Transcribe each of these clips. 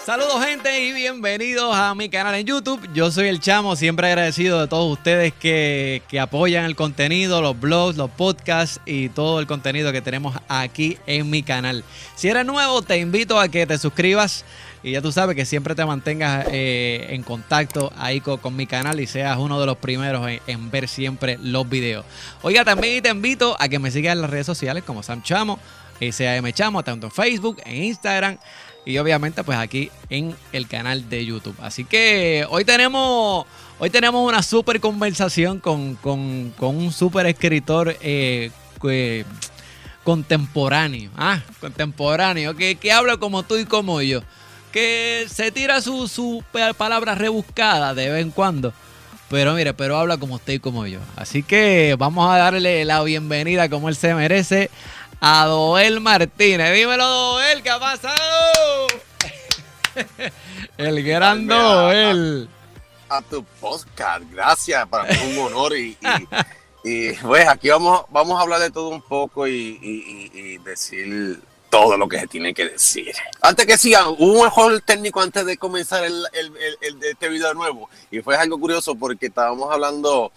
Saludos gente y bienvenidos a mi canal en YouTube. Yo soy el Chamo, siempre agradecido de todos ustedes que apoyan el contenido, los blogs, los podcasts y todo el contenido que tenemos aquí en mi canal. Si eres nuevo, te invito a que te suscribas y ya tú sabes que siempre te mantengas en contacto ahí con mi canal y seas uno de los primeros en ver siempre los videos. Oiga, también te invito a que me sigas en las redes sociales como Sam Chamo, SAM Chamo, tanto en Facebook, en Instagram y obviamente pues aquí en el canal de YouTube. Así que hoy tenemos una súper conversación con un súper escritor contemporáneo, que habla como tú y como yo, que se tira su palabra rebuscada de vez en cuando, pero habla como usted y como yo. Así que vamos a darle la bienvenida como él se merece a Doel Martínez. Dímelo, Doel, ¿qué ha pasado? El gran Doel. A tu podcast, gracias, para mí es un honor y pues aquí vamos a hablar de todo un poco y decir todo lo que se tiene que decir. Antes que sigan, hubo un mejor técnico antes de comenzar este video nuevo y fue algo curioso porque estábamos hablando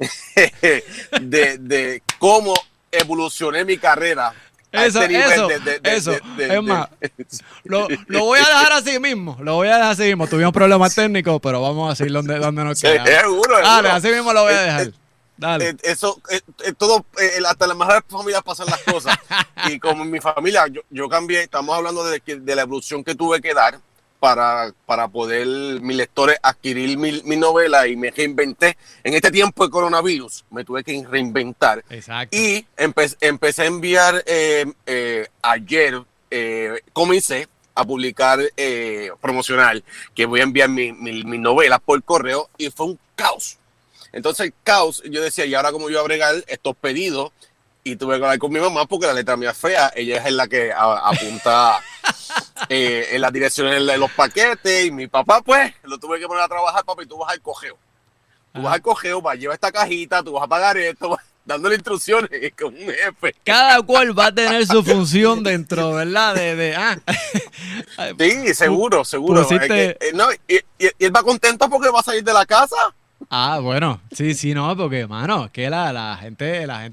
de cómo evolucioné mi carrera. Es más, lo voy a dejar así mismo. Tuvimos problemas técnicos, pero vamos a seguir donde nos quedamos. Seguro. Dale, así mismo lo voy a dejar. Dale. Todo, hasta las mejores familias pasan las cosas. Y como en mi familia, yo cambié. Estamos hablando de la evolución que tuve que dar para poder mis lectores adquirir mi novela, y me reinventé. En este tiempo de coronavirus me tuve que reinventar. Exacto. Y empecé a enviar ayer, comencé a publicar promocional, que voy a enviar mi novela por correo, y fue un caos. Entonces el caos, yo decía, ¿y ahora cómo yo voy a bregar estos pedidos? Y tuve que hablar con mi mamá porque la letra mía es fea. Ella es la que apunta en las direcciones de los paquetes. Y mi papá, pues, lo tuve que poner a trabajar, papi. Tú vas al cogeo. Vas a llevar esta cajita, tú vas a pagar esto, dándole instrucciones con un jefe. Cada cual va a tener su función dentro, ¿verdad? Sí, seguro. Y él va contento porque va a salir de la casa. Ah, bueno, sí, no, porque, mano, que la gente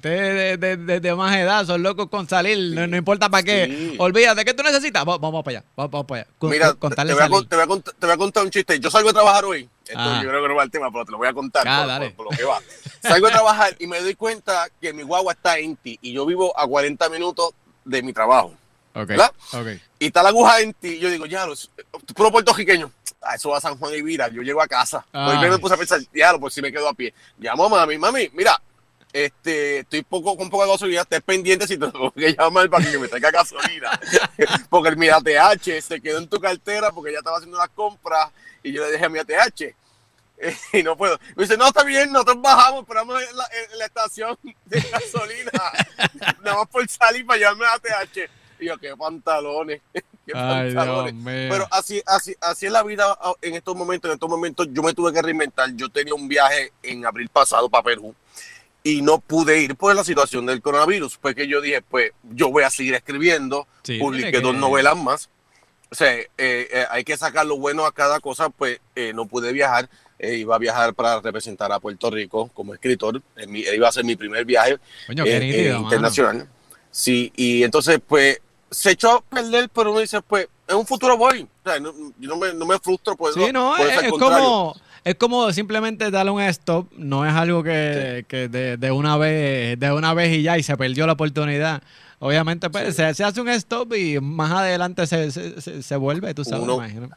de más edad son locos con salir, sí, no importa para qué. Sí. Olvídate, ¿qué tú necesitas? Vamos para allá. Mira, te voy a contar un chiste. Yo salgo a trabajar hoy. Esto yo creo que no va el tema, pero te lo voy a contar por lo que va. Salgo a trabajar y me doy cuenta que mi guagua está empty y yo vivo a 40 minutos de mi trabajo. ¿Verdad? Okay. Y está la aguja empty y yo digo, ya, puro puertorriqueño. Eso va a San Juan y Vira, yo llego a casa. Hoy me puse a pensar, diablo, pues si me quedo a pie. Llamo a mami, mira, estoy con poca gasolina, estés pendiente si te tengo que llamar para que me traiga gasolina. Porque mi ATH se quedó en tu cartera porque ya estaba haciendo las compras y yo le dejé mi ATH. Y no puedo. Me dice, no, está bien, nosotros bajamos, esperamos en la estación de gasolina. Nada más por salir para llevarme el ATH. Y yo, qué pantalones. Ay, Dios mío. Pero así es la vida en estos momentos. En estos momentos yo me tuve que reinventar. Yo tenía un viaje en abril pasado para Perú y no pude ir por la situación del coronavirus. Porque yo dije, pues yo voy a seguir escribiendo. Sí, publiqué 2 novelas más. O sea, hay que sacar lo bueno a cada cosa. Pues no pude viajar. Iba a viajar para representar a Puerto Rico como escritor. Iba a ser mi primer viaje. Coño, qué nítido, internacional. Mano. Sí, y entonces pues se echó a perder, pero uno dice, pues, en un futuro voy. O sea, yo no me frustro por eso. Sí, no, es como simplemente darle un stop. No es algo que de una vez y ya, y se perdió la oportunidad. Obviamente, pues, se hace un stop y más adelante se vuelve, tú sabes, imagino.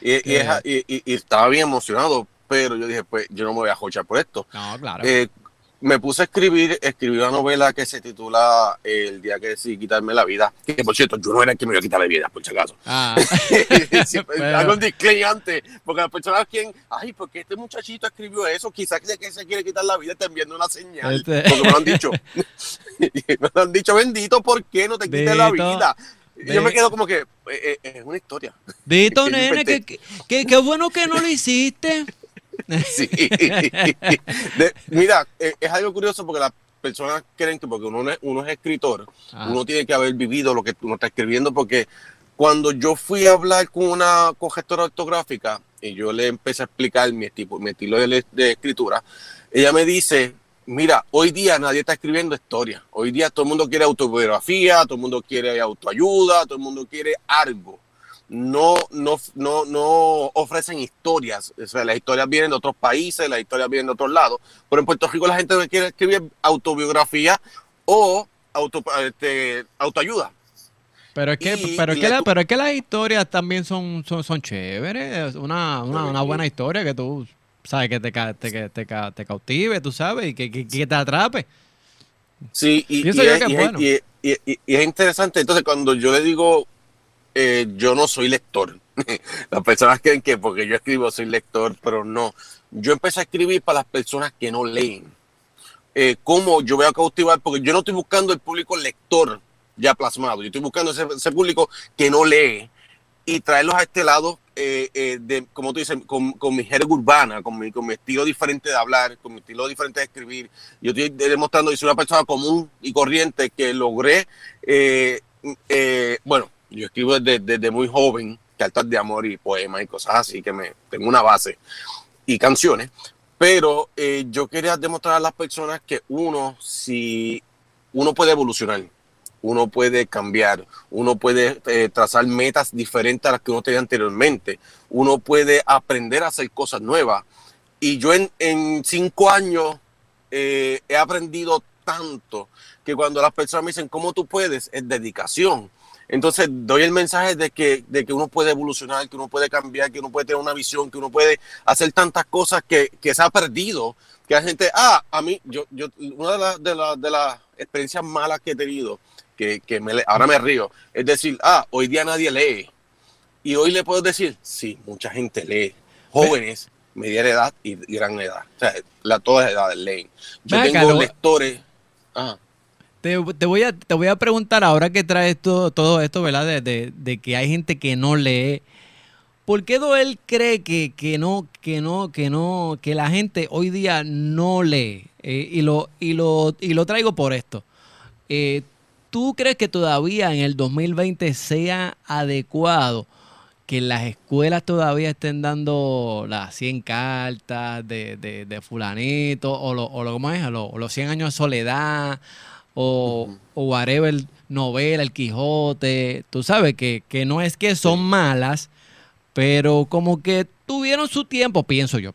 Y estaba bien emocionado, pero yo dije, pues, yo no me voy a jochar por esto. No, claro. Me puse a escribí una novela que se titula El día que decidí quitarme la vida. Que por cierto, yo no era el que me iba a quitar la vida, por si acaso. Hago un disclaimer antes, porque las personas ay, porque este muchachito escribió eso, quizás que se quiere quitar la vida, está enviando una señal. Porque me lo han dicho. Me lo han dicho, bendito, ¿por qué no te quites la vida? Y yo me quedo como que, es una historia. Dito, nene, qué bueno que no lo hiciste. Sí. Mira, es algo curioso porque las personas creen que porque uno es escritor, uno tiene que haber vivido lo que uno está escribiendo, porque Cuando yo fui a hablar con una correctora ortográfica y yo le empecé a explicar mi estilo de escritura, ella me dice, mira, hoy día nadie está escribiendo historia. Hoy día todo el mundo quiere autobiografía, todo el mundo quiere autoayuda, todo el mundo quiere algo. No ofrecen historias. O sea, las historias vienen de otros países, las historias vienen de otros lados. Pero en Puerto Rico la gente quiere escribir autobiografía o autoayuda. Pero es que las historias también son chéveres. Una buena historia que tú sabes que te cautive, tú sabes, y que te atrape. Sí, y es interesante. Entonces, cuando yo le digo, yo no soy lector, las personas creen que porque yo escribo soy lector, pero no. Yo empecé a escribir para las personas que no leen. ¿Cómo yo voy a cautivar? Porque yo no estoy buscando el público lector ya plasmado. Yo estoy buscando ese público que no lee y traerlos a este lado, como tú dices, con mi jerga urbana, con mi estilo diferente de hablar, con mi estilo diferente de escribir. Yo estoy demostrando que soy una persona común y corriente que logré, bueno, yo escribo desde muy joven, cartas de amor y poemas y cosas así, que tengo una base y canciones, pero yo quería demostrar a las personas que si uno puede evolucionar, uno puede cambiar, uno puede trazar metas diferentes a las que uno tenía anteriormente, uno puede aprender a hacer cosas nuevas. Y yo en 5 años he aprendido tanto que cuando las personas me dicen, ¿cómo tú puedes? Es dedicación. Entonces doy el mensaje de que uno puede evolucionar, que uno puede cambiar, que uno puede tener una visión, que uno puede hacer tantas cosas que se ha perdido, que la gente, a mí, una de las experiencias malas que he tenido, ahora me río, es decir, hoy día nadie lee. Y hoy le puedo decir, sí, mucha gente lee, jóvenes, mediana edad y gran edad. O sea, todas las edades leen. Yo tengo lectores. Te voy a preguntar ahora que traes todo esto, ¿verdad? De que hay gente que no lee. ¿Por qué Doel cree que la gente hoy día no lee? Y lo traigo por esto. ¿Tú crees que todavía en el 2020 sea adecuado que en las escuelas todavía estén dando las 100 cartas de fulanito o ¿cómo es? Los 100 años de soledad o whatever, novela, El Quijote? Tú sabes que no es que son malas, pero como que tuvieron su tiempo, pienso yo.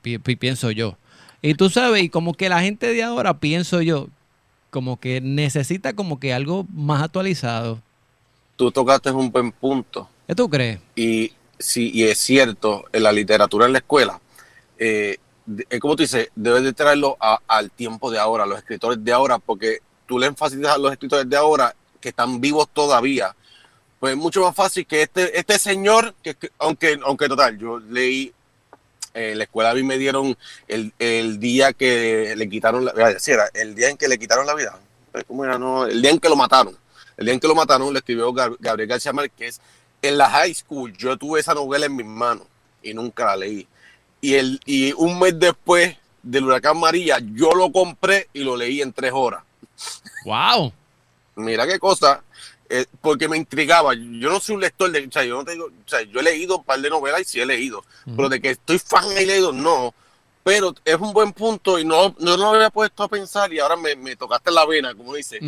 Y tú sabes, y como que la gente de ahora, pienso yo, como que necesita como que algo más actualizado. Tú tocaste un buen punto. ¿Qué tú crees? Y sí, y es cierto, en la literatura en la escuela, como tú dices, debes de traerlo al tiempo de ahora, a los escritores de ahora, porque tú le enfatitas a los escritores de ahora que están vivos todavía. Pues es mucho más fácil que este señor, aunque total, yo leí, en la escuela a mí me dieron el día que le quitaron el día en que le quitaron la vida. ¿Cómo era? No, el día en que lo mataron. El día en que lo mataron le escribió Gabriel García Márquez. En la high school yo tuve esa novela en mis manos y nunca la leí. Y un mes después del huracán María, yo lo compré y lo leí en 3 horas. ¡Wow! Mira qué cosa. Porque me intrigaba. Yo no soy un lector yo he leído un par de novelas y sí he leído, pero de que estoy fan y he leído, no. Pero es un buen punto y no lo había puesto a pensar y ahora me tocaste la vena, como dice.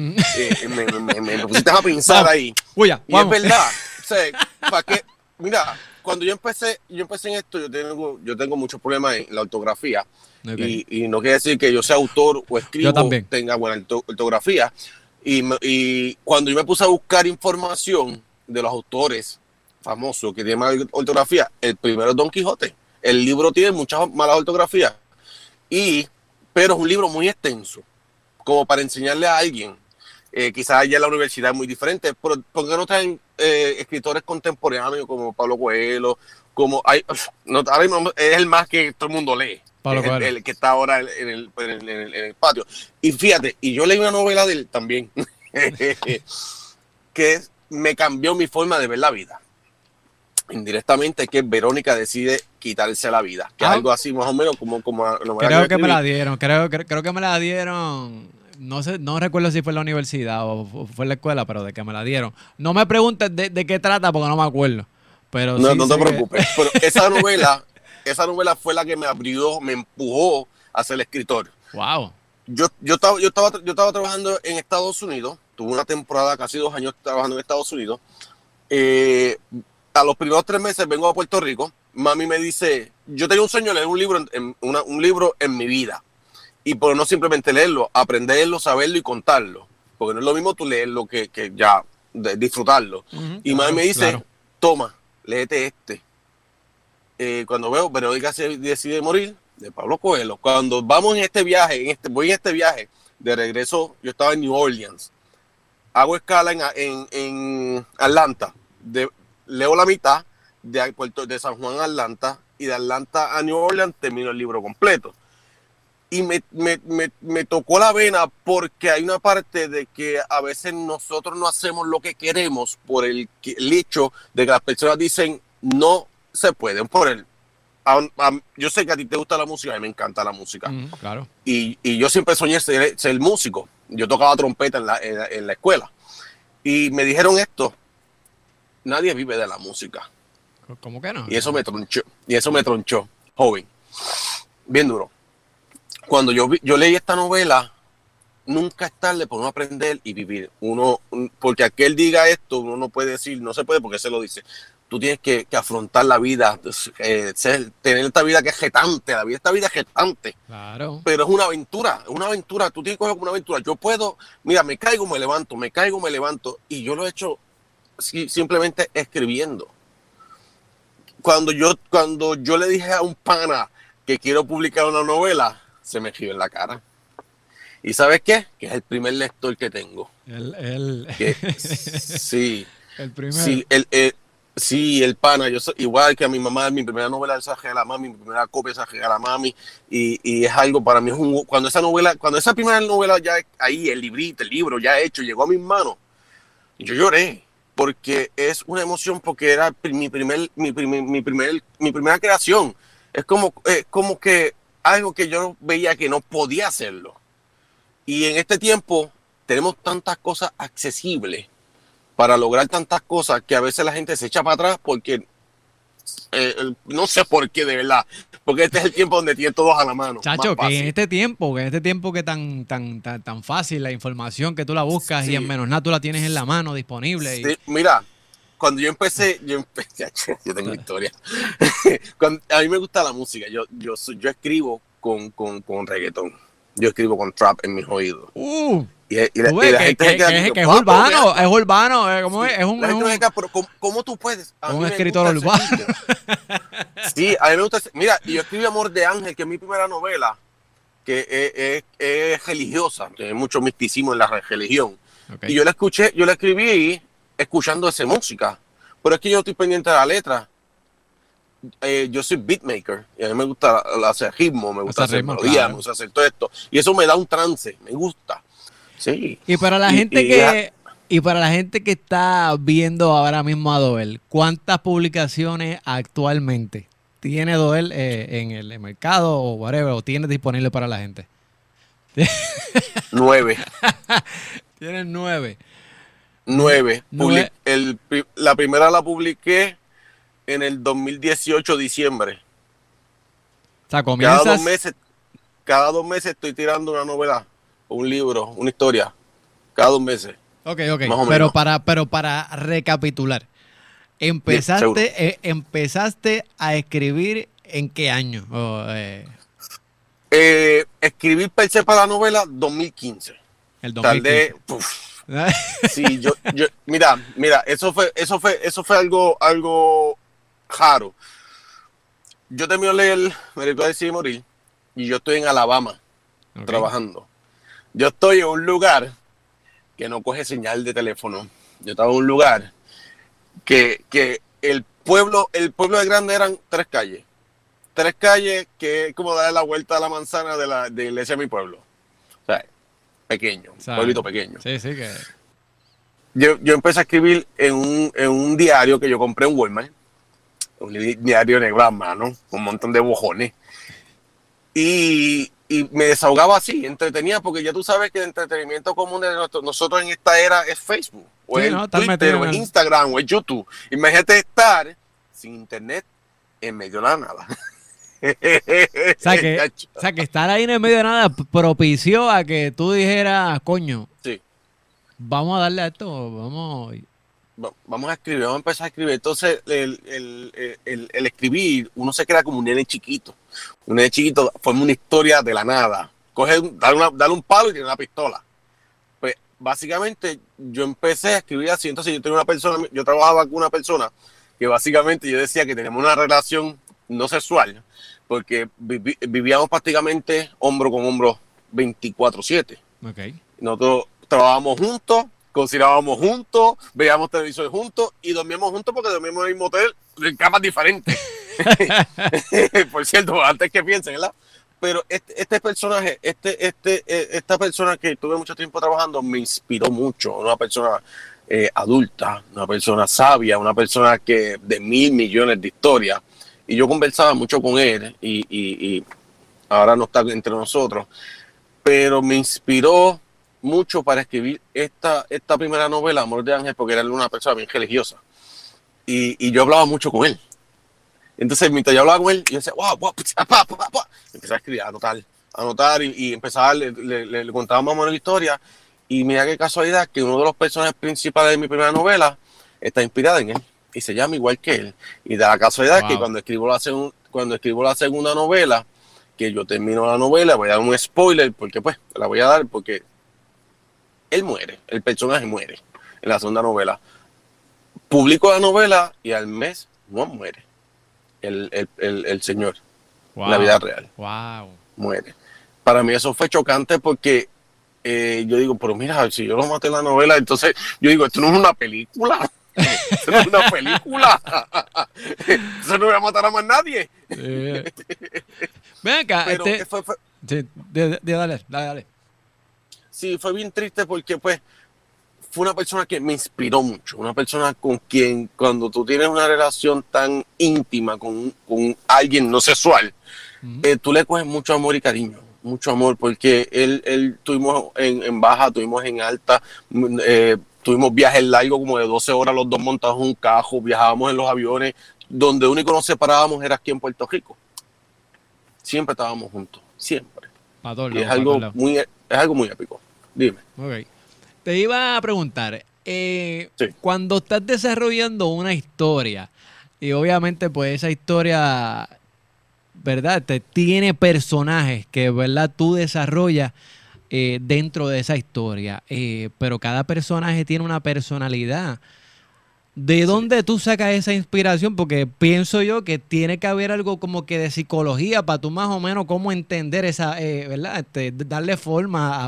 Me pusiste a pensar ahí. Uya, y es verdad. O sea, ¿para qué? Mira, cuando yo empecé en esto, yo tengo muchos problemas en la ortografía. Okay. Y no quiere decir que yo sea autor o escribo tenga buena ortografía. Y cuando yo me puse a buscar información de los autores famosos que tienen mala ortografía, el primero es Don Quijote. El libro tiene muchas malas ortografías, pero es un libro muy extenso, como para enseñarle a alguien. Quizás allá en la universidad es muy diferente, pero ¿por qué no traen escritores contemporáneos como Pablo Coelho? Ahora mismo es el más que todo el mundo lee. El que está ahora en el patio. Y fíjate, y yo leí una novela de él también, que me cambió mi forma de ver la vida. Indirectamente, que Verónica decide quitarse la vida. Que es algo así más o menos como creo que me la dieron. Creo que me la dieron. no sé, no recuerdo si fue en la universidad o fue en la escuela, pero de que me la dieron. No me preguntes de qué trata porque no me acuerdo. Pero No, sí no te sé que... preocupes. Pero esa novela fue la que me abrió, me empujó a ser escritor. Wow. Yo estaba trabajando en Estados Unidos, tuve una temporada, casi 2 años trabajando en Estados Unidos. A los primeros 3 meses vengo a Puerto Rico, mami me dice, yo tenía un sueño de leer un libro en mi vida, y por no simplemente leerlo, aprenderlo, saberlo y contarlo, porque no es lo mismo tú leerlo que ya disfrutarlo. Y mami me dice, toma, léete este. Cuando veo Verónica se decide morir, de Pablo Coelho. Cuando vamos en este viaje, voy en este viaje de regreso, yo estaba en New Orleans, hago escala en Atlanta, leo la mitad de San Juan a Atlanta, y de Atlanta a New Orleans termino el libro completo. Y me tocó la vena porque hay una parte de que a veces nosotros no hacemos lo que queremos por el hecho de que las personas dicen no se pueden por yo sé que a ti te gusta la música, a mí me encanta la música. Claro. Y yo siempre soñé ser músico. Yo tocaba trompeta en la escuela. Y me dijeron esto, nadie vive de la música. ¿Cómo que no? Y eso me tronchó, joven. Bien duro. Cuando yo leí esta novela, nunca es tarde por uno aprender y vivir. Porque aquel diga esto, uno no puede decir, no se puede porque se lo dice. Tú tienes que afrontar la vida, tener esta vida que es jetante, esta vida es jetante. Claro. Pero es una aventura, tú tienes que coger como una aventura. Yo puedo, mira, me caigo, me levanto, y yo lo he hecho simplemente escribiendo. Cuando yo le dije a un pana que quiero publicar una novela, se me giró en la cara. ¿Y sabes qué? Que es el primer lector que tengo. Sí. El primero. Sí, el pana. Yo soy igual que a mi mamá, mi primera novela se la regalé a mami, mi primera copia se la regalé a mami. Y es algo para mí, cuando esa primera novela ya ahí, el libro ya hecho, llegó a mis manos, yo lloré. Porque es una emoción, porque era mi primera creación. Es como que algo que yo veía que no podía hacerlo. Y en este tiempo tenemos tantas cosas accesibles para lograr tantas cosas que a veces la gente se echa para atrás porque no sé por qué, de verdad. Porque este es el tiempo donde tiene todos a la mano. Chacho, que en este tiempo que tan fácil la información que tú la buscas, sí, y en menos nada tú la tienes en la mano disponible. Sí, mira, cuando yo empecé, yo tengo historia. A mí me gusta la música. Yo escribo con reggaetón. Yo escribo con trap en mis oídos. Y la gente se queda que es urbano, es urbano. ¿Cómo es? La gente se queda, pero ¿cómo tú puedes? Un escritor urbano. Sí, a mí me gusta. Mira, y yo escribí Amor de Ángel, que es mi primera novela, que es religiosa, tiene mucho misticismo en la religión. Okay. Y yo la escribí escuchando esa música. Pero es que yo estoy pendiente de la letra. Yo soy beatmaker y a mí me gusta hacer ritmo, me gusta hacer melodía, claro, me gusta hacer todo esto. Y eso me da un trance, me gusta. Sí. Y para la gente para la gente que está viendo ahora mismo a Doel, ¿cuántas publicaciones actualmente tiene Doel en el mercado o whatever, o tiene disponible para la gente? 9. Tienes 9. 9. La primera la publiqué en el 2018, diciembre. O sea, comienzas... Cada 2 meses estoy tirando una novela, un libro, una historia. Cada 2 meses. Ok. Pero para recapitular, empezaste a escribir ¿en qué año? Escribir per se para la novela 2015. El 2015. Tardé, sí, mira, eso fue algo raro. Yo termino de leer Verónica decide morir y yo estoy en Alabama, okay, trabajando. Yo estoy en un lugar que no coge señal de teléfono. Yo estaba en un lugar que el pueblo de Grande eran 3 calles. 3 calles que es como darle la vuelta a la manzana de la iglesia de mi pueblo. O sea, pequeño, pueblito pequeño. Sí, que... Yo empecé a escribir en un diario que yo compré en Walmart. Un diario negro a mano, con un montón de bojones. Y y me desahogaba así, entretenía, porque ya tú sabes que el entretenimiento común de nosotros en esta era es Facebook, o Sí, es ¿no? el Estar Twitter, metido o en es el... Instagram, o es YouTube. Imagínate estar sin internet en medio de la nada. O sea, que estar ahí en el medio de nada propició a que tú dijeras, coño, Sí, vamos a darle a esto, vamos... vamos a escribir, vamos a empezar a escribir. Entonces, el escribir, uno se crea como un nene chiquito. Un nene chiquito forma una historia de la nada. Dale un palo y tiene una pistola. Pues, básicamente, yo empecé a escribir así. Entonces, yo trabajaba con una persona que básicamente yo decía que teníamos una relación no sexual, porque vivíamos prácticamente hombro con hombro 24/7. Ok. Nosotros trabajábamos juntos, cocinábamos juntos, veíamos televisión juntos y dormíamos juntos porque dormíamos en el mismo hotel en camas diferentes. Por cierto, antes que piensen, ¿verdad? Pero este personaje, esta persona que tuve mucho tiempo trabajando me inspiró mucho. Una persona adulta, una persona sabia, una persona que de 1.000 millones de historias. Y yo conversaba mucho con él y ahora no está entre nosotros, pero me inspiró mucho para escribir esta primera novela, Amor de Ángel, porque era una persona bien religiosa. Y yo hablaba mucho con él. Entonces, mientras yo hablaba con él, yo decía, wow, empecé a escribir, a anotar y empezaba, le contaba más o menos la historia. Y mira qué casualidad que uno de los personajes principales de mi primera novela está inspirada en él y se llama igual que él. Y da la casualidad que cuando escribo la segunda novela, que yo termino la novela, voy a dar un spoiler, porque pues la voy a dar porque él muere, el personaje muere en la segunda novela. Publico la novela y al mes no muere el señor, en la vida real. Wow. Muere. Para mí eso fue chocante porque yo digo, pero mira, si yo lo maté en la novela, entonces yo digo, esto no es una película. Esto no es una película. Entonces no voy a matar a más nadie. Ven acá, Pero Sí, dale. Sí, fue bien triste porque pues fue una persona que me inspiró mucho, una persona con quien cuando tú tienes una relación tan íntima con alguien no sexual, tú le coges mucho amor y cariño, mucho amor, porque él tuvimos en baja, tuvimos en alta, tuvimos viajes largos como de 12 horas los dos montados en un carro, viajábamos en los aviones, donde único nos separábamos era aquí en Puerto Rico. Siempre estábamos juntos, siempre. Y es algo muy épico. Dime. Okay. Te iba a preguntar, Sí. cuando estás desarrollando una historia, y obviamente pues esa historia, ¿verdad? Tiene personajes que, ¿verdad? Tú desarrollas dentro de esa historia, pero cada personaje tiene una personalidad. ¿De dónde tú sacas esa inspiración? Porque pienso yo que tiene que haber algo como que de psicología para tú más o menos cómo entender esa, ¿verdad? Darle forma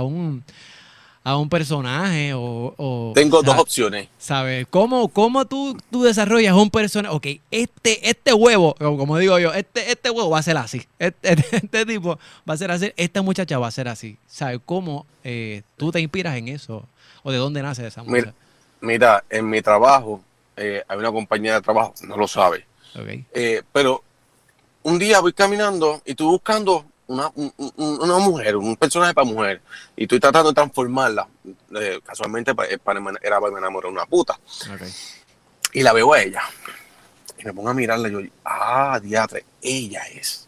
a un personaje Tengo dos opciones. ¿Sabes? ¿Cómo tú desarrollas un personaje? Ok, este huevo, como digo yo, este huevo va a ser así. Este tipo va a ser así. Esta muchacha va a ser así. ¿Sabes? ¿Cómo tú te inspiras en eso? ¿O de dónde nace esa muchacha? Mira, en mi trabajo, hay una compañía de trabajo, no lo sabe. Okay. Pero un día voy caminando y estoy buscando una mujer, un personaje para mujer, y estoy tratando de transformarla. Casualmente era para enamorar de una puta. Okay. Y la veo a ella. Y me pongo a mirarla y yo, diatre, ella es.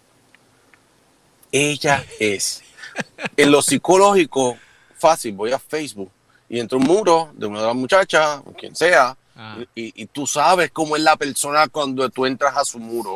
En lo psicológico, fácil, voy a Facebook y entro un muro de una de las muchachas, o quien sea, y tú sabes cómo es la persona cuando tú entras a su muro.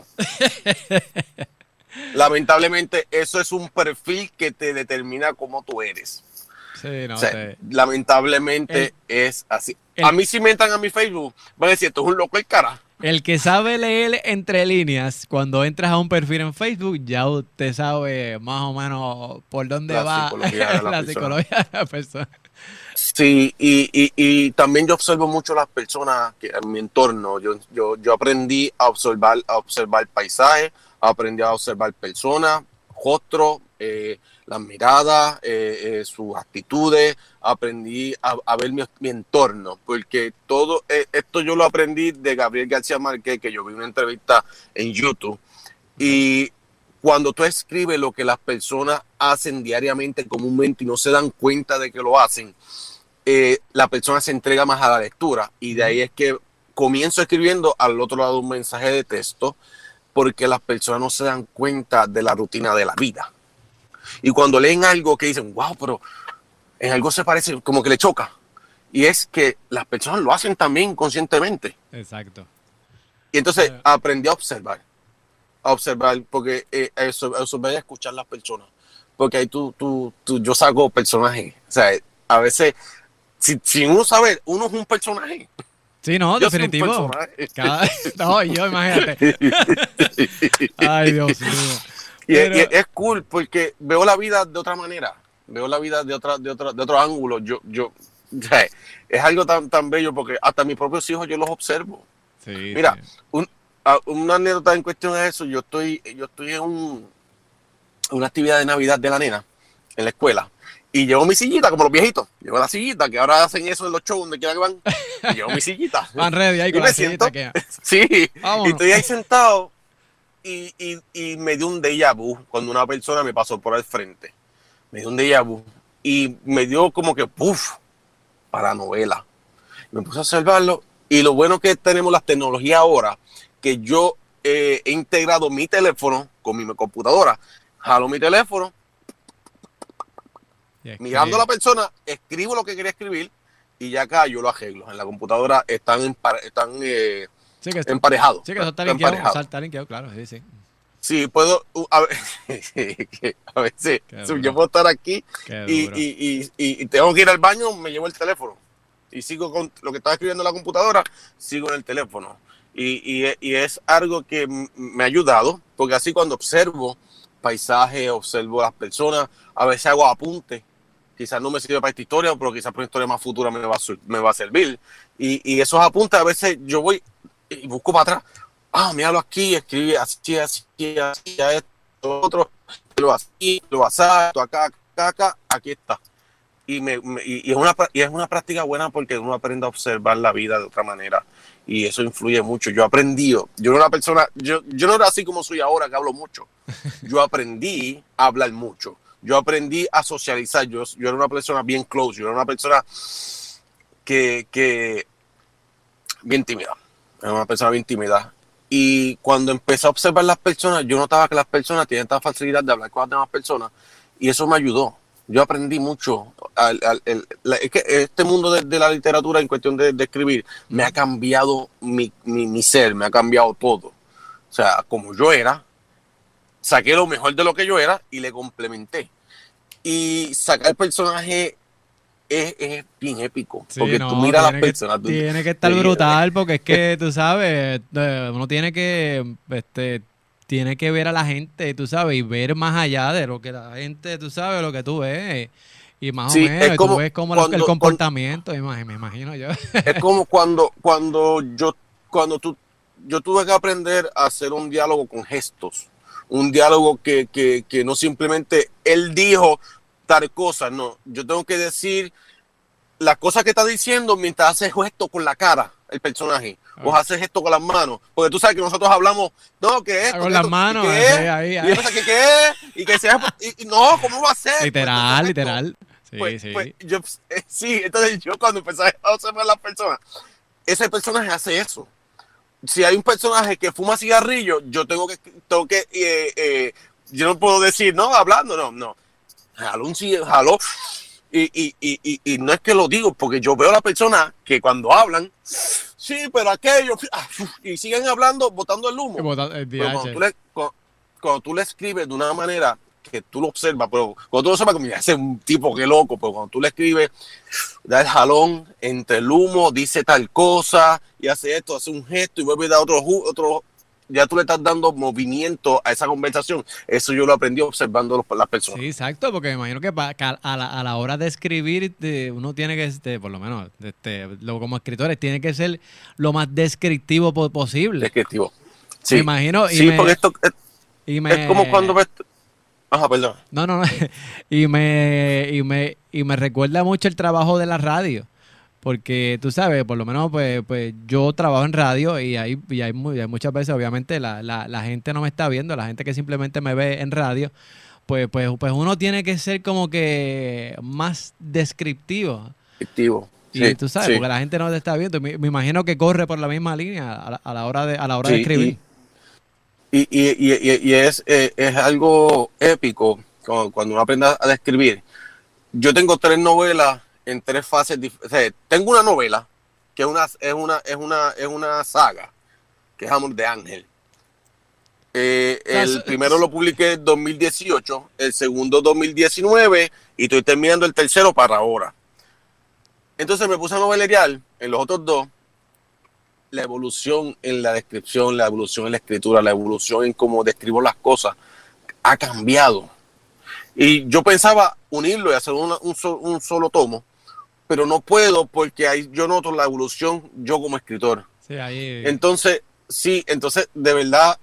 Lamentablemente, eso es un perfil que te determina cómo tú eres. Sí, no, o sea, lamentablemente es así. A mí si me entran a mi Facebook, van a decir, esto es un loco el cara. El que sabe leer entre líneas, cuando entras a un perfil en Facebook, ya usted sabe más o menos por dónde va la psicología de la persona. Sí, y también yo observo mucho las personas en mi entorno. Yo aprendí a observar paisajes, aprendí a observar personas, rostros, las miradas, sus actitudes, aprendí a ver mi entorno, porque todo esto yo lo aprendí de Gabriel García Márquez, que yo vi una entrevista en YouTube, y cuando tú escribes lo que las personas hacen diariamente, comúnmente, y no se dan cuenta de que lo hacen, la persona se entrega más a la lectura. Y de ahí es que comienzo escribiendo al otro lado un mensaje de texto, porque las personas no se dan cuenta de la rutina de la vida. Y cuando leen algo que dicen, wow, pero en algo se parece, como que le choca. Y es que las personas lo hacen también conscientemente. Exacto. Y entonces aprendí a observar, porque observar y escuchar las personas. Porque ahí yo saco personajes. O sea, a veces, si uno sabe, uno es un personaje. Sí, no, Yo definitivo. soy un personaje. No, yo, imagínate. Ay, Dios mío. Y es cool porque veo la vida de otra manera. Veo la vida de otro ángulo. O sea, es algo tan bello porque hasta mis propios hijos yo los observo. Sí, mira, sí. Una anécdota en cuestión es eso. Yo estoy en una actividad de Navidad de la nena en la escuela y llevo mi sillita como los viejitos. Llevo la sillita que ahora hacen eso en los shows donde quiera que van. Y llevo mi sillita. Van ready ahí con la sillita. Sí, vámonos. Y estoy ahí sentado y me dio un déjà vu cuando una persona me pasó por el frente. Me dio un déjà vu y me dio como que puff, para novela. Me puse a observarlo y lo bueno que tenemos las tecnologías ahora, que yo he integrado mi teléfono con mi computadora. Jalo mi teléfono, mirando a la persona, escribo lo que quería escribir y ya acá yo lo arreglo. En la computadora están emparejados. Sí, que eso está linkeado, claro, sí. Sí, puedo, a veces yo puedo estar aquí y tengo que ir al baño, me llevo el teléfono y sigo con lo que estaba escribiendo en la computadora, sigo en el teléfono. Y es algo que me ha ayudado, porque así cuando observo paisajes, observo las personas, a veces hago apuntes. Quizás no me sirve para esta historia, pero quizás para una historia más futura me va a servir. Y esos apuntes a veces yo voy y busco para atrás. Míralo aquí, escribí así, esto, otro, lo así, acá, aquí está. Y es una práctica buena porque uno aprende a observar la vida de otra manera. Y eso influye mucho. Yo aprendí, yo era una persona, yo no era así como soy ahora, que hablo mucho. Yo aprendí a hablar mucho. Yo aprendí a socializar. Yo era una persona bien close. Yo era una persona que bien tímida. Era una persona bien tímida. Y cuando empecé a observar las personas, yo notaba que las personas tienen esta facilidad de hablar con las demás personas. Y eso me ayudó. Yo aprendí mucho. Es que este mundo de la literatura en cuestión de escribir me ha cambiado mi ser, me ha cambiado todo. O sea, como yo era, saqué lo mejor de lo que yo era y le complementé. Y sacar el personaje es bien épico. Sí, porque tú miras a las personas. Tiene que estar brutal porque es que, tú sabes, uno tiene que ver a la gente, tú sabes, y ver más allá de lo que la gente, tú sabes, lo que tú ves. Y más o menos, y tú ves como el comportamiento, me imagino yo. Es como cuando yo tuve que aprender a hacer un diálogo con gestos. Un diálogo que no simplemente él dijo tal cosa, no. Yo tengo que decir las cosas que está diciendo mientras hace gesto con la cara, el personaje. O hace gesto con las manos. Porque tú sabes que nosotros hablamos, no, que esto. Con las manos, ahí. Y piensa que qué es, y que sea. Y no, ¿cómo va a ser? Literal. Sí, Entonces yo cuando empecé a observar a las personas, ese personaje hace eso. Si hay un personaje que fuma cigarrillo, yo tengo que yo no puedo decir, no, hablando, no. Jaló. Y no es que lo digo, porque yo veo a la persona que cuando hablan, sí, pero aquello, y siguen hablando, botando el humo. Pero cuando tú le escribes de una manera que tú lo observas, pero cuando tú lo observas, como ese es un tipo que loco, pero cuando tú le escribes, da el jalón entre el humo, dice tal cosa, y hace esto, hace un gesto, y vuelve a dar otro, ya tú le estás dando movimiento a esa conversación. Eso yo lo aprendí observando las personas. Sí, exacto, porque me imagino que a la hora de escribir, uno tiene que, por lo menos, como escritores, tiene que ser lo más descriptivo posible. Descriptivo. Sí, me imagino. Porque esto es como cuando ves... Ajá, perdón. No. Y me recuerda mucho el trabajo de la radio. porque tú sabes, por lo menos pues yo trabajo en radio y hay muchas veces, obviamente, la gente no me está viendo, la gente que simplemente me ve en radio, pues uno tiene que ser como que más descriptivo. Efectivo. Y Sí, tú sabes, sí, porque la gente no te está viendo. Me imagino que corre por la misma línea a la hora de sí. escribir. Y es algo épico cuando uno aprende a describir. Yo tengo 3 novelas en 3 fases. O sea, tengo una novela que es una saga, que es Amor de Ángel. El primero lo publiqué en 2018, el segundo 2019 y estoy terminando el tercero para ahora. Entonces me puse a novelear en los otros 2 la evolución en la descripción, la evolución en la escritura, la evolución en cómo describo las cosas ha cambiado. Y yo pensaba unirlo y hacer un solo tomo, pero no puedo porque ahí yo noto la evolución yo como escritor. Sí, ahí. Entonces, de verdad,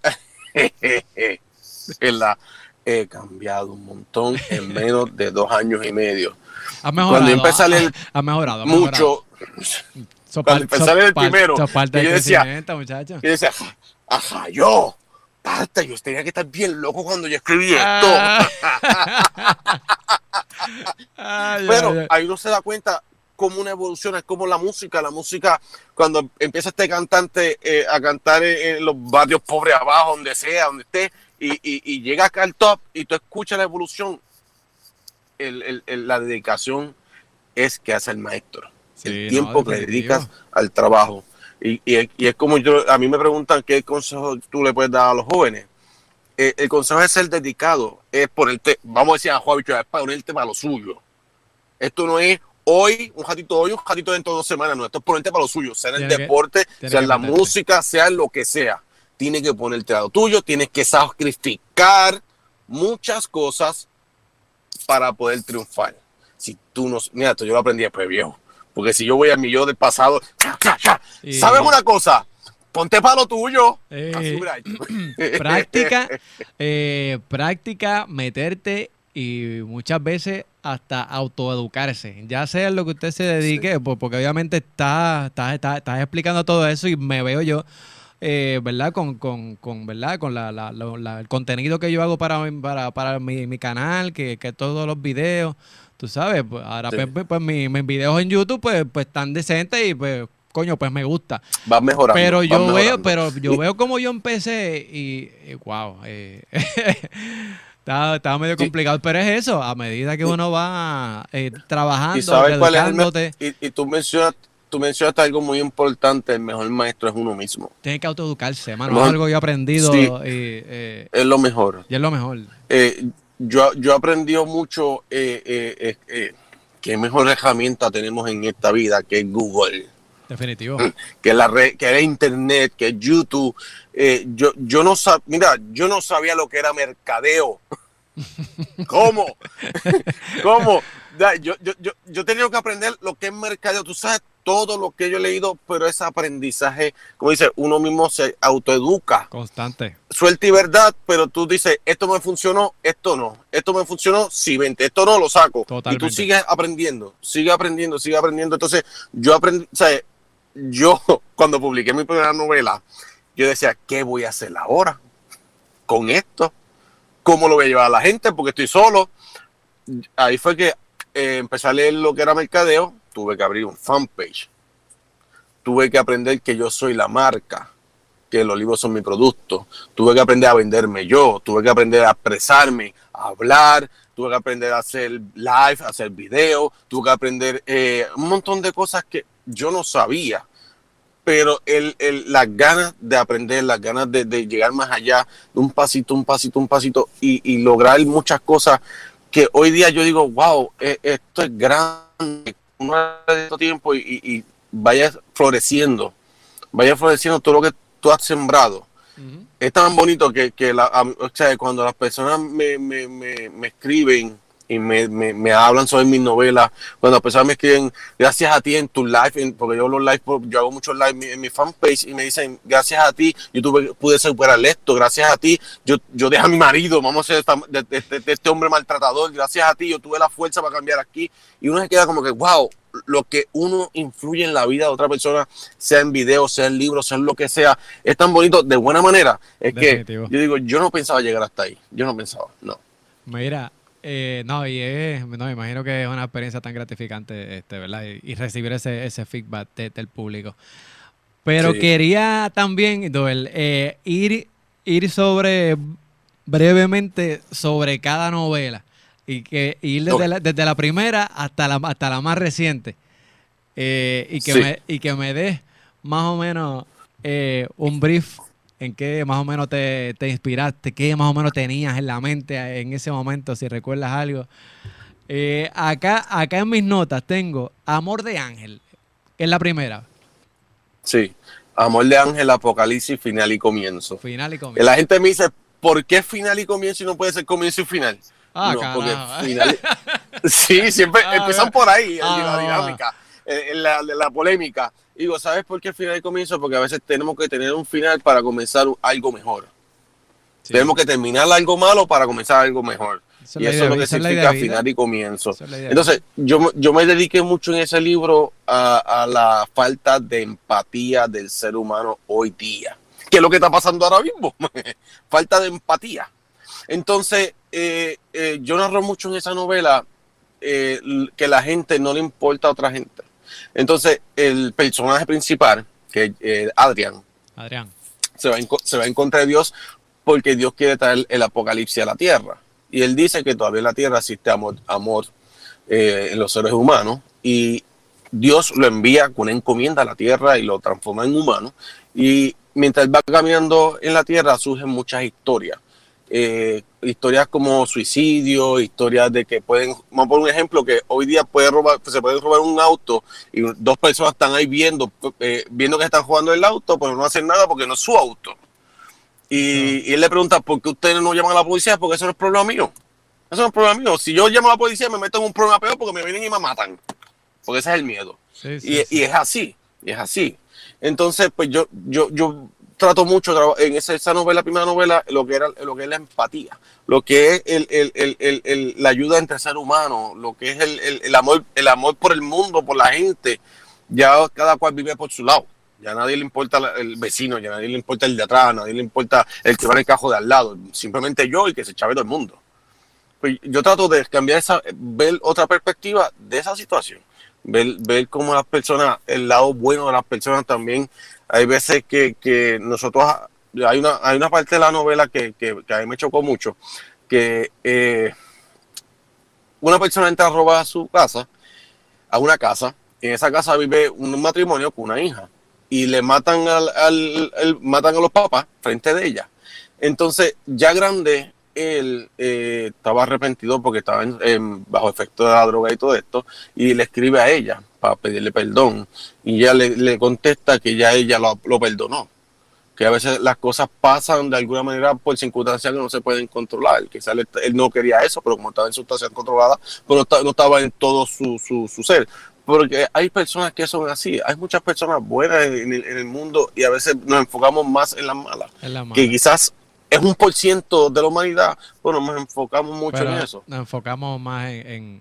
he cambiado un montón en menos de 2 años y medio. Has mejorado. Cuando empecé a leer mucho, cuando empecé a leer el primero, yo decía, ajá, yo tenía que estar bien loco cuando yo escribí esto. Pero ahí uno se da cuenta cómo una evolución es como la música, cuando empieza este cantante a cantar en los barrios pobres abajo, donde sea, donde esté, y llega acá al top y tú escuchas la evolución, la dedicación es que hace el maestro, el tiempo que le dedicas al trabajo. Y es como a mí me preguntan qué consejo tú le puedes dar a los jóvenes. El consejo es ser dedicado, es ponerte, vamos a decir a Juan Bicho, es ponerte para lo suyo. Esto no es un ratito dentro de 2 semanas, no, esto es ponerte para lo suyo, sea en el deporte, sea en la música, sea en lo que sea. Tienes que ponerte a lo tuyo, tienes que sacrificar muchas cosas para poder triunfar. Si tú no, mira, esto yo lo aprendí después, viejo. Porque si yo voy a mi yo del pasado, ¿sabes una cosa? Ponte para lo tuyo. Práctica, meterte y muchas veces hasta autoeducarse. Ya sea en lo que usted se dedique, porque obviamente estás explicando todo eso y me veo yo, ¿verdad? ¿Verdad? Con el contenido que yo hago para mi canal, que todos los videos. Tú sabes, pues ahora pues mis videos en YouTube pues están decentes y pues coño, pues me gusta. Vas mejorando. Pero yo veo como yo empecé y wow, estaba medio complicado, pero es eso, a medida que uno va trabajando, ¿y sabes cuál educándote. Y tú mencionaste algo muy importante, el mejor maestro es uno mismo. Tiene que autoeducarse, hermano, es algo que yo he aprendido. Sí, es lo mejor. Y es lo mejor. Yo he aprendido mucho qué mejor herramienta tenemos en esta vida, que es Google. Definitivo. Que es la red, que es Internet, que es YouTube. Yo no sabía lo que era mercadeo. ¿Cómo? Yo he tenido que aprender lo que es mercadeo. Tú sabes todo lo que yo he leído, pero ese aprendizaje, como dice, uno mismo se autoeduca. Constante. Suelta y verdad, pero tú dices, esto me funcionó, esto no. Esto me funcionó, sí, vente, esto no, lo saco. Totalmente. Y tú sigues aprendiendo. Entonces, yo aprendí, o sea, yo cuando publiqué mi primera novela, yo decía, ¿qué voy a hacer ahora con esto? ¿Cómo lo voy a llevar a la gente? Porque estoy solo. Ahí fue que empecé a leer lo que era mercadeo. Tuve que abrir un fanpage. Tuve que aprender que yo soy la marca, que los libros son mi producto. Tuve que aprender a venderme yo. Tuve que aprender a expresarme, a hablar. Tuve que aprender a hacer live, a hacer video. Tuve que aprender un montón de cosas que yo no sabía. Pero las ganas de aprender, las ganas de llegar más allá, de un pasito y lograr muchas cosas que hoy día yo digo, wow, esto es grande, uno de estos tiempos y vaya floreciendo todo lo que tú has sembrado. Uh-huh. Es tan bonito que o sea, cuando las personas me escriben y me hablan sobre mis novelas, cuando las personas me escriben gracias a ti en tu live, porque yo hago muchos live en mi fanpage y me dicen gracias a ti yo pude superar esto, gracias a ti yo dejé a mi marido, vamos a ser de este hombre maltratador, gracias a ti yo tuve la fuerza para cambiar aquí, y uno se queda como que wow, lo que uno influye en la vida de otra persona, sea en video, sea en libro, sea en lo que sea, es tan bonito de buena manera. Es Definitivo. que yo digo, yo no pensaba llegar hasta ahí. Yo no pensaba, no. Mira, no, no, me imagino que es una experiencia tan gratificante, ¿verdad? Y recibir ese feedback del público. Pero Sí. quería también, Joel, ir brevemente sobre cada novela y ir desde la primera hasta la más reciente. Sí. Y que me des más o menos un brief en qué más o menos te inspiraste, qué más o menos tenías en la mente en ese momento, si recuerdas algo. Acá en mis notas tengo Amor de Ángel, que es la primera. Sí, Amor de Ángel, Apocalipsis, final y comienzo. Final y comienzo. La gente me dice, ¿por qué final y comienzo y no puede ser comienzo y final? Ah, No, carajo. porque final... Sí, siempre empiezan por ahí, la dinámica, la polémica. Digo, ¿sabes por qué final y comienzo? Porque a veces tenemos que tener un final para comenzar algo mejor. Sí. Tenemos que terminar algo malo para comenzar algo mejor. Y eso es lo que significa final y comienzo. Entonces, yo me dediqué mucho en ese libro a la falta de empatía del ser humano hoy día. ¿Qué es lo que está pasando ahora mismo? Falta de empatía. Entonces, yo narro mucho en esa novela que la gente no le importa a otra gente. Entonces, el personaje principal, que es Adrián, se va en contra de Dios porque Dios quiere traer el apocalipsis a la tierra. Y él dice que todavía en la tierra existe amor en los seres humanos. Y Dios lo envía con una encomienda a la tierra y lo transforma en humano. Y mientras él va caminando en la tierra surgen muchas historias. Historias como suicidio, historias de que pueden, vamos a poner un ejemplo, que hoy día se puede robar un auto y dos personas están ahí viendo que están jugando el auto, pero no hacen nada porque no es su auto. Y él le pregunta, ¿por qué ustedes no llaman a la policía? Porque eso no es problema mío. Eso no es problema mío. Si yo llamo a la policía me meto en un problema peor porque me vienen y me matan. Porque ese es el miedo. Y es así. Y es así. Entonces, pues yo trato mucho en esa novela, primera novela, lo que es la empatía, lo que es la ayuda entre ser humanos, lo que es el amor por el mundo, por la gente. Ya cada cual vive por su lado. Ya a nadie le importa el vecino, ya a nadie le importa el de atrás, a nadie le importa el que va en el cajo de al lado. Simplemente yo y que se chave todo el mundo. Pues yo trato de cambiar ver otra perspectiva de esa situación. Ver cómo las personas, el lado bueno de las personas también. Hay veces que nosotros, hay una parte de la novela que a mí me chocó mucho, que una persona entra a robar a una casa, y en esa casa vive un matrimonio con una hija, y le matan matan a los papás frente de ella. Entonces, ya grande, él estaba arrepentido porque estaba bajo efecto de la droga y todo esto, y le escribe a ella para pedirle perdón, y ella le contesta que ya ella lo perdonó, que a veces las cosas pasan de alguna manera por circunstancias que no se pueden controlar. Quizás él no quería eso, pero como estaba en sustancias controladas, pues no estaba en todo su ser. Porque hay personas que son así, hay muchas personas buenas en el mundo y a veces nos enfocamos más en las malas, que quizás es 1% de la humanidad, pero nos enfocamos mucho en eso. Nos enfocamos más en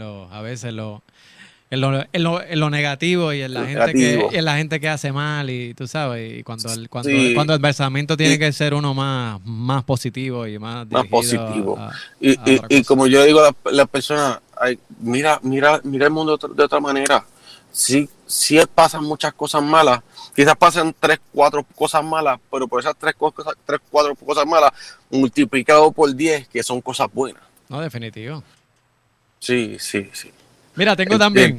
lo negativo y en la gente que hace mal, y tú sabes, y cuando el pensamiento tiene que ser uno más positivo y más positivo. Y como yo digo a las personas, mira el mundo de otra manera. Sí pasan muchas cosas malas, quizás pasan 3, 4 cosas malas, pero por esas 3, 4 cosas malas multiplicado por 10, que son cosas buenas. No, definitivo. Sí. Mira, tengo también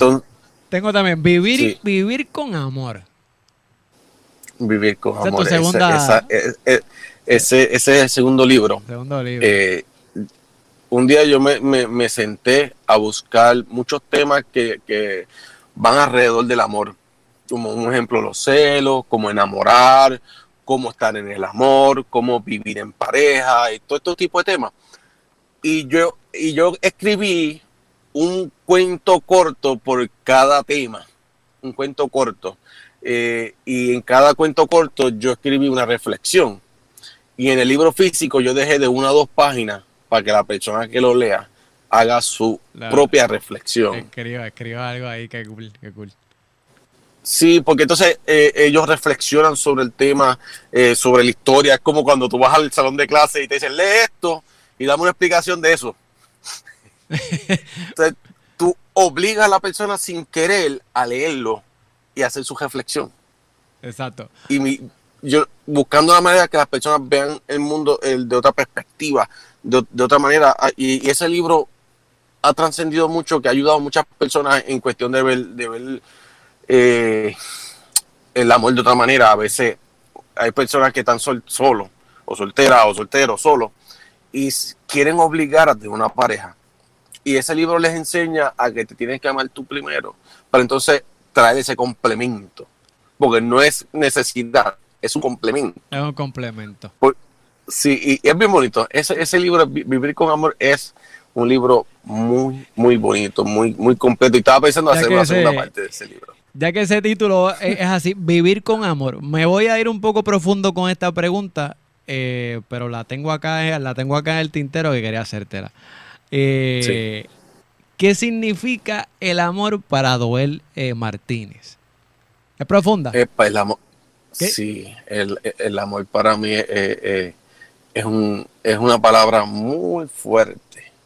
vivir con amor. Vivir con amor. Ese es el segundo libro. Un día yo me senté a buscar muchos temas que van alrededor del amor. Como un ejemplo, los celos, cómo enamorar, cómo estar en el amor, cómo vivir en pareja, y todo este tipo de temas. Y yo escribí un cuento corto por cada tema, un cuento corto. Y en cada cuento corto yo escribí una reflexión. Y en el libro físico yo dejé de 1 a 2 páginas para que la persona que lo lea haga su propia reflexión. Escriba algo ahí, qué cool, qué cool. Sí, porque entonces ellos reflexionan sobre el tema, sobre la historia. Es como cuando tú vas al salón de clase y te dicen, lee esto y dame una explicación de eso. Entonces, tú obligas a la persona sin querer a leerlo y hacer su reflexión. Exacto. Y yo buscando la manera que las personas vean el mundo de otra perspectiva, de otra manera. Y ese libro ha trascendido mucho, que ha ayudado a muchas personas en cuestión de ver el amor de otra manera. A veces hay personas que están solos, o solteras, o solteros, solos, y quieren obligar a tener una pareja. Y ese libro les enseña a que te tienes que amar tú primero, para entonces traer ese complemento. Porque no es necesidad, es un complemento. Es un complemento. Sí, y es bien bonito. Ese libro, Vivir con Amor, es un libro muy, muy bonito, muy, muy completo. Y estaba pensando hacer una segunda parte de ese libro. Ya que ese título es así, Vivir con Amor. Me voy a ir un poco profundo con esta pregunta, pero la tengo acá en el tintero que quería hacértela. Sí. ¿Qué significa el amor para Doel Martínez? ¿Es profunda? El amor, sí, el amor para mí es una palabra muy fuerte.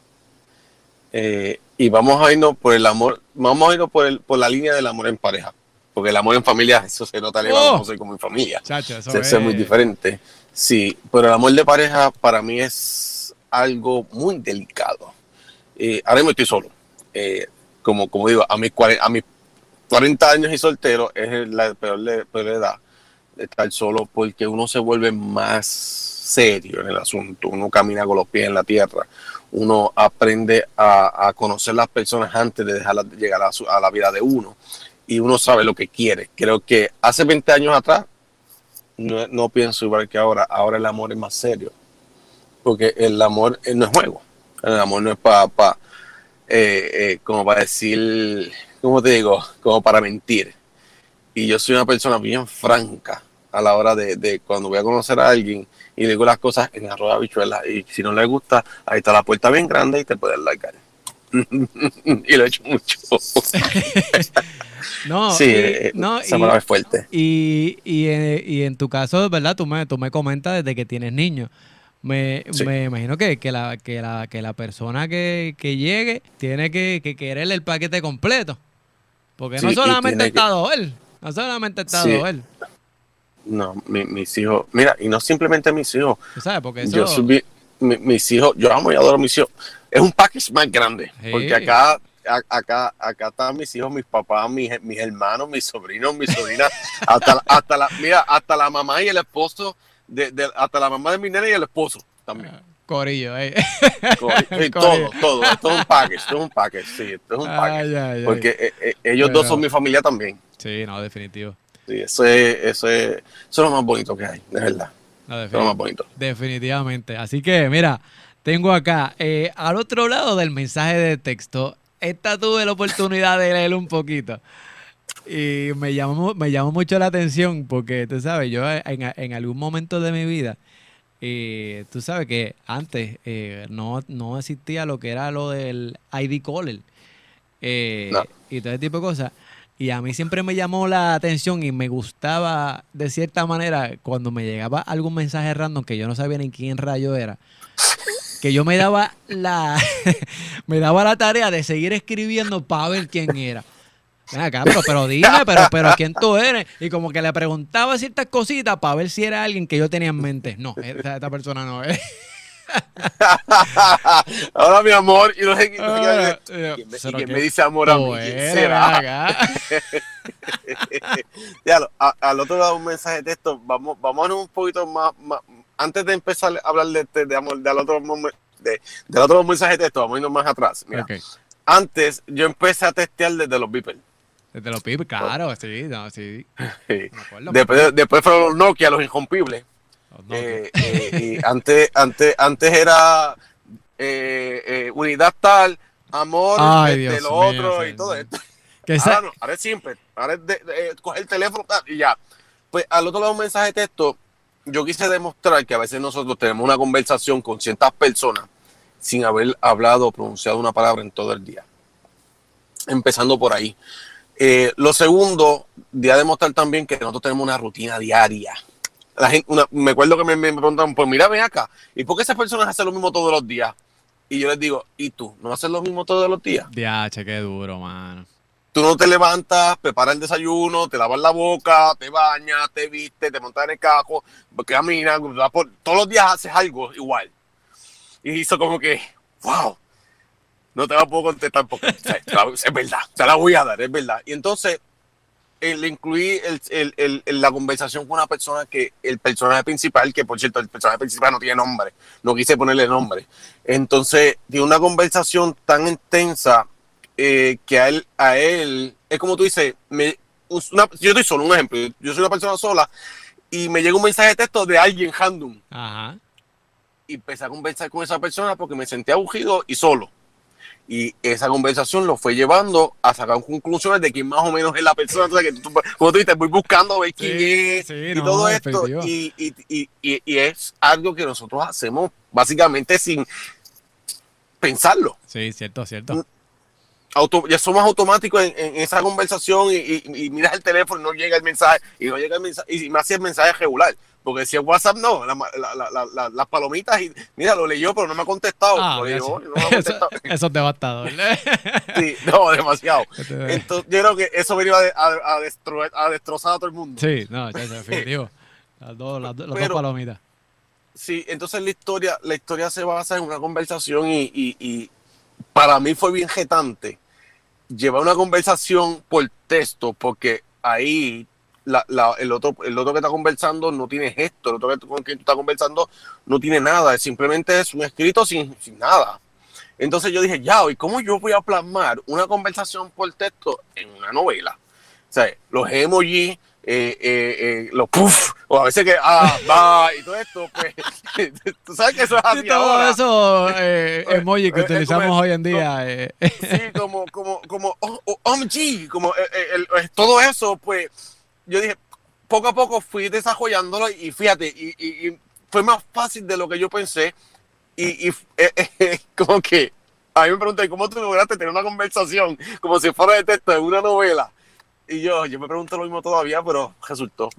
Y vamos a irnos por el amor, por la línea del amor en pareja. Porque el amor en familia, eso se nota elevado, como en familia. Chacho, eso es muy diferente. Sí, pero el amor de pareja para mí es algo muy delicado. Ahora mismo estoy solo. Como digo, a mis 40 años y soltero es la peor edad de estar solo, porque uno se vuelve más serio en el asunto. Uno camina con los pies en la tierra. Uno aprende a conocer las personas antes de dejarlas llegar a la vida de uno. Y uno sabe lo que quiere. Creo que hace 20 años atrás no pienso igual que ahora. Ahora el amor es más serio. Porque el amor no es juego. El amor no es como para decir, ¿cómo te digo? Como para mentir. Y yo soy una persona bien franca a la hora de cuando voy a conocer a alguien y digo las cosas en arroz de habichuela. Y si no le gusta, ahí está la puerta bien grande y te puedes largar. Y lo he hecho mucho. Esa palabra es fuerte. Y en tu caso, ¿verdad? Tú me comentas desde que tienes niños. Me imagino que la persona que llegue tiene que quererle el paquete completo. Porque no solamente está Doel. No solamente está Doel. No, mis hijos, mira, y no simplemente mis hijos. ¿Tú sabes? Porque eso... mis hijos, yo amo y adoro a mis hijos. Es un package más grande, porque acá están mis hijos, mis papás, mis hermanos, mis sobrinos, mis sobrinas, hasta la mamá y el esposo, hasta la mamá de mi nena y el esposo también. Corillo, todo, esto es un package, sí, esto es un package, porque ellos dos son mi familia también. Sí, no, definitivo. Sí, eso es lo más bonito que hay, de verdad. No, es lo más bonito. Definitivamente. Así que, mira, tengo acá, al otro lado del mensaje de texto, tuve la oportunidad de leer un poquito. Y me llamó mucho la atención porque, tú sabes, yo en algún momento de mi vida, tú sabes que antes no existía lo que era lo del ID caller y todo ese tipo de cosas. Y a mí siempre me llamó la atención y me gustaba, de cierta manera, cuando me llegaba algún mensaje random que yo no sabía ni quién rayo era, que yo me daba la tarea de seguir escribiendo para ver quién era. Ven acá, pero dime, pero ¿quién tú eres? Y como que le preguntaba ciertas cositas para ver si era alguien que yo tenía en mente. No, esta persona no es. Ahora, mi amor, y no sé quién me dice amor a mí. ¿Quién será? Al otro lado un mensaje de texto, vamos un poquito más antes de empezar a hablar de amor, del otro mensaje de texto, vamos a irnos más atrás. Mira, antes yo empecé a testear desde los beepers. Desde los beepers, claro, sí, no, sí. Después fueron los Nokia, los irrompibles. Y antes era unidad tal, amor, lo otro y todo esto. Ahora es simple, ahora es coger el teléfono y ya. Pues al otro lado un mensaje de texto, yo quise demostrar que a veces nosotros tenemos una conversación con ciertas personas sin haber hablado o pronunciado una palabra en todo el día. Empezando por ahí. Lo segundo, de demostrar también que nosotros tenemos una rutina diaria. La gente, me acuerdo que me preguntan, pues mira, ven acá, ¿y por qué esas personas hacen lo mismo todos los días? Y yo les digo, ¿y tú? ¿No haces lo mismo todos los días? Diache, qué duro, mano. Tú no te levantas, preparas el desayuno, te lavas la boca, te bañas, te vistes, te montas en el carro, caminas, todos los días haces algo igual. Y hizo como que, wow, no te la puedo contestar porque es verdad, te la voy a dar, es verdad. Y entonces le incluí la conversación con una persona que el personaje principal, que por cierto el personaje principal no tiene nombre, no quise ponerle nombre. Entonces, de una conversación tan intensa que a él, es como tú dices, yo estoy solo, un ejemplo, yo soy una persona sola y me llega un mensaje de texto de alguien random. Ajá. Y empecé a conversar con esa persona porque me sentía aburrido y solo. Y esa conversación lo fue llevando a sacar conclusiones de quién más o menos es la persona. Entonces, que como tú dices, voy buscando ver quién es y no, todo esto. Y es algo que nosotros hacemos básicamente sin pensarlo. Sí, cierto, cierto. Ya somos automáticos en esa conversación y miras el teléfono y no llega el mensaje. Y no llega el mensaje. Y me hacía el mensaje regular. Porque si es WhatsApp, no, las palomitas, y mira, lo leyó, pero no me ha contestado. Eso es devastador. Sí, no, demasiado. Entonces, yo creo que eso venía a destrozar a todo el mundo. Sí, no, ya es definitivo. Las dos palomitas. Sí, entonces la historia se basa en una conversación y para mí fue bien jetante llevar una conversación por texto, porque ahí el otro que está conversando no tiene gesto, el otro con quien tú estás conversando no tiene nada, simplemente es un escrito sin nada. Entonces yo dije, ¿y cómo yo voy a plasmar una conversación por texto en una novela? O sea, los emojis, los puff, o a veces que va y todo esto, pues tú sabes que eso es así ahora. Todo eso emojis que utilizamos hoy en día. Sí, como OMG, como todo eso, pues yo dije, poco a poco fui desarrollándolo y fíjate, y fue más fácil de lo que yo pensé y como que a mí me pregunté, ¿cómo tú lograste tener una conversación como si fuera de texto en una novela? Y yo me pregunto lo mismo todavía, pero resultó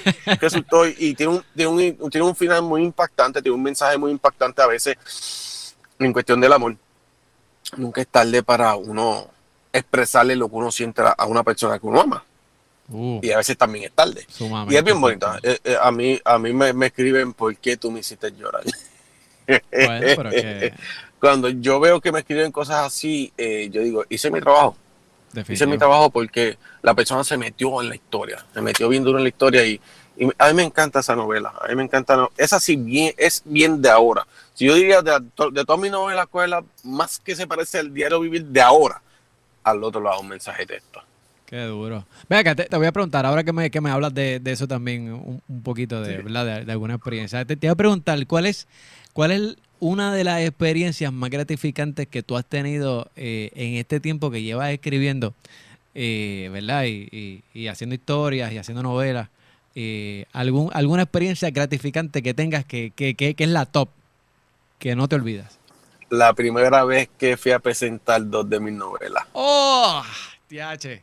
y tiene un final muy impactante, tiene un mensaje muy impactante a veces en cuestión del amor. Nunca es tarde para uno expresarle lo que uno siente a una persona que uno ama. Y a veces también es tarde. Y es bien bonita. A mí me escriben, ¿por qué tú me hiciste llorar? Bueno, pero que... Cuando yo veo que me escriben cosas así, yo digo, hice mi trabajo. Hice mi trabajo porque la persona se metió en la historia, se metió bien duro en la historia y a mí me encanta esa novela. A mí me encanta. Esa sí es bien de ahora. Si yo diría de todas mis novelas, ¿cuál es la más que se parece al diario vivir de ahora? Al otro lado, un mensaje de texto. Qué duro. Venga, te voy a preguntar, ahora que me hablas de eso también, un poquito de, sí, ¿verdad? De alguna experiencia. Te voy a preguntar, ¿cuál es una de las experiencias más gratificantes que tú has tenido en este tiempo que llevas escribiendo, ¿verdad? Y haciendo historias y haciendo novelas? ¿Alguna experiencia gratificante que tengas que es la top, que no te olvidas? La primera vez que fui a presentar 2 de mis novelas. ¡Oh! TH.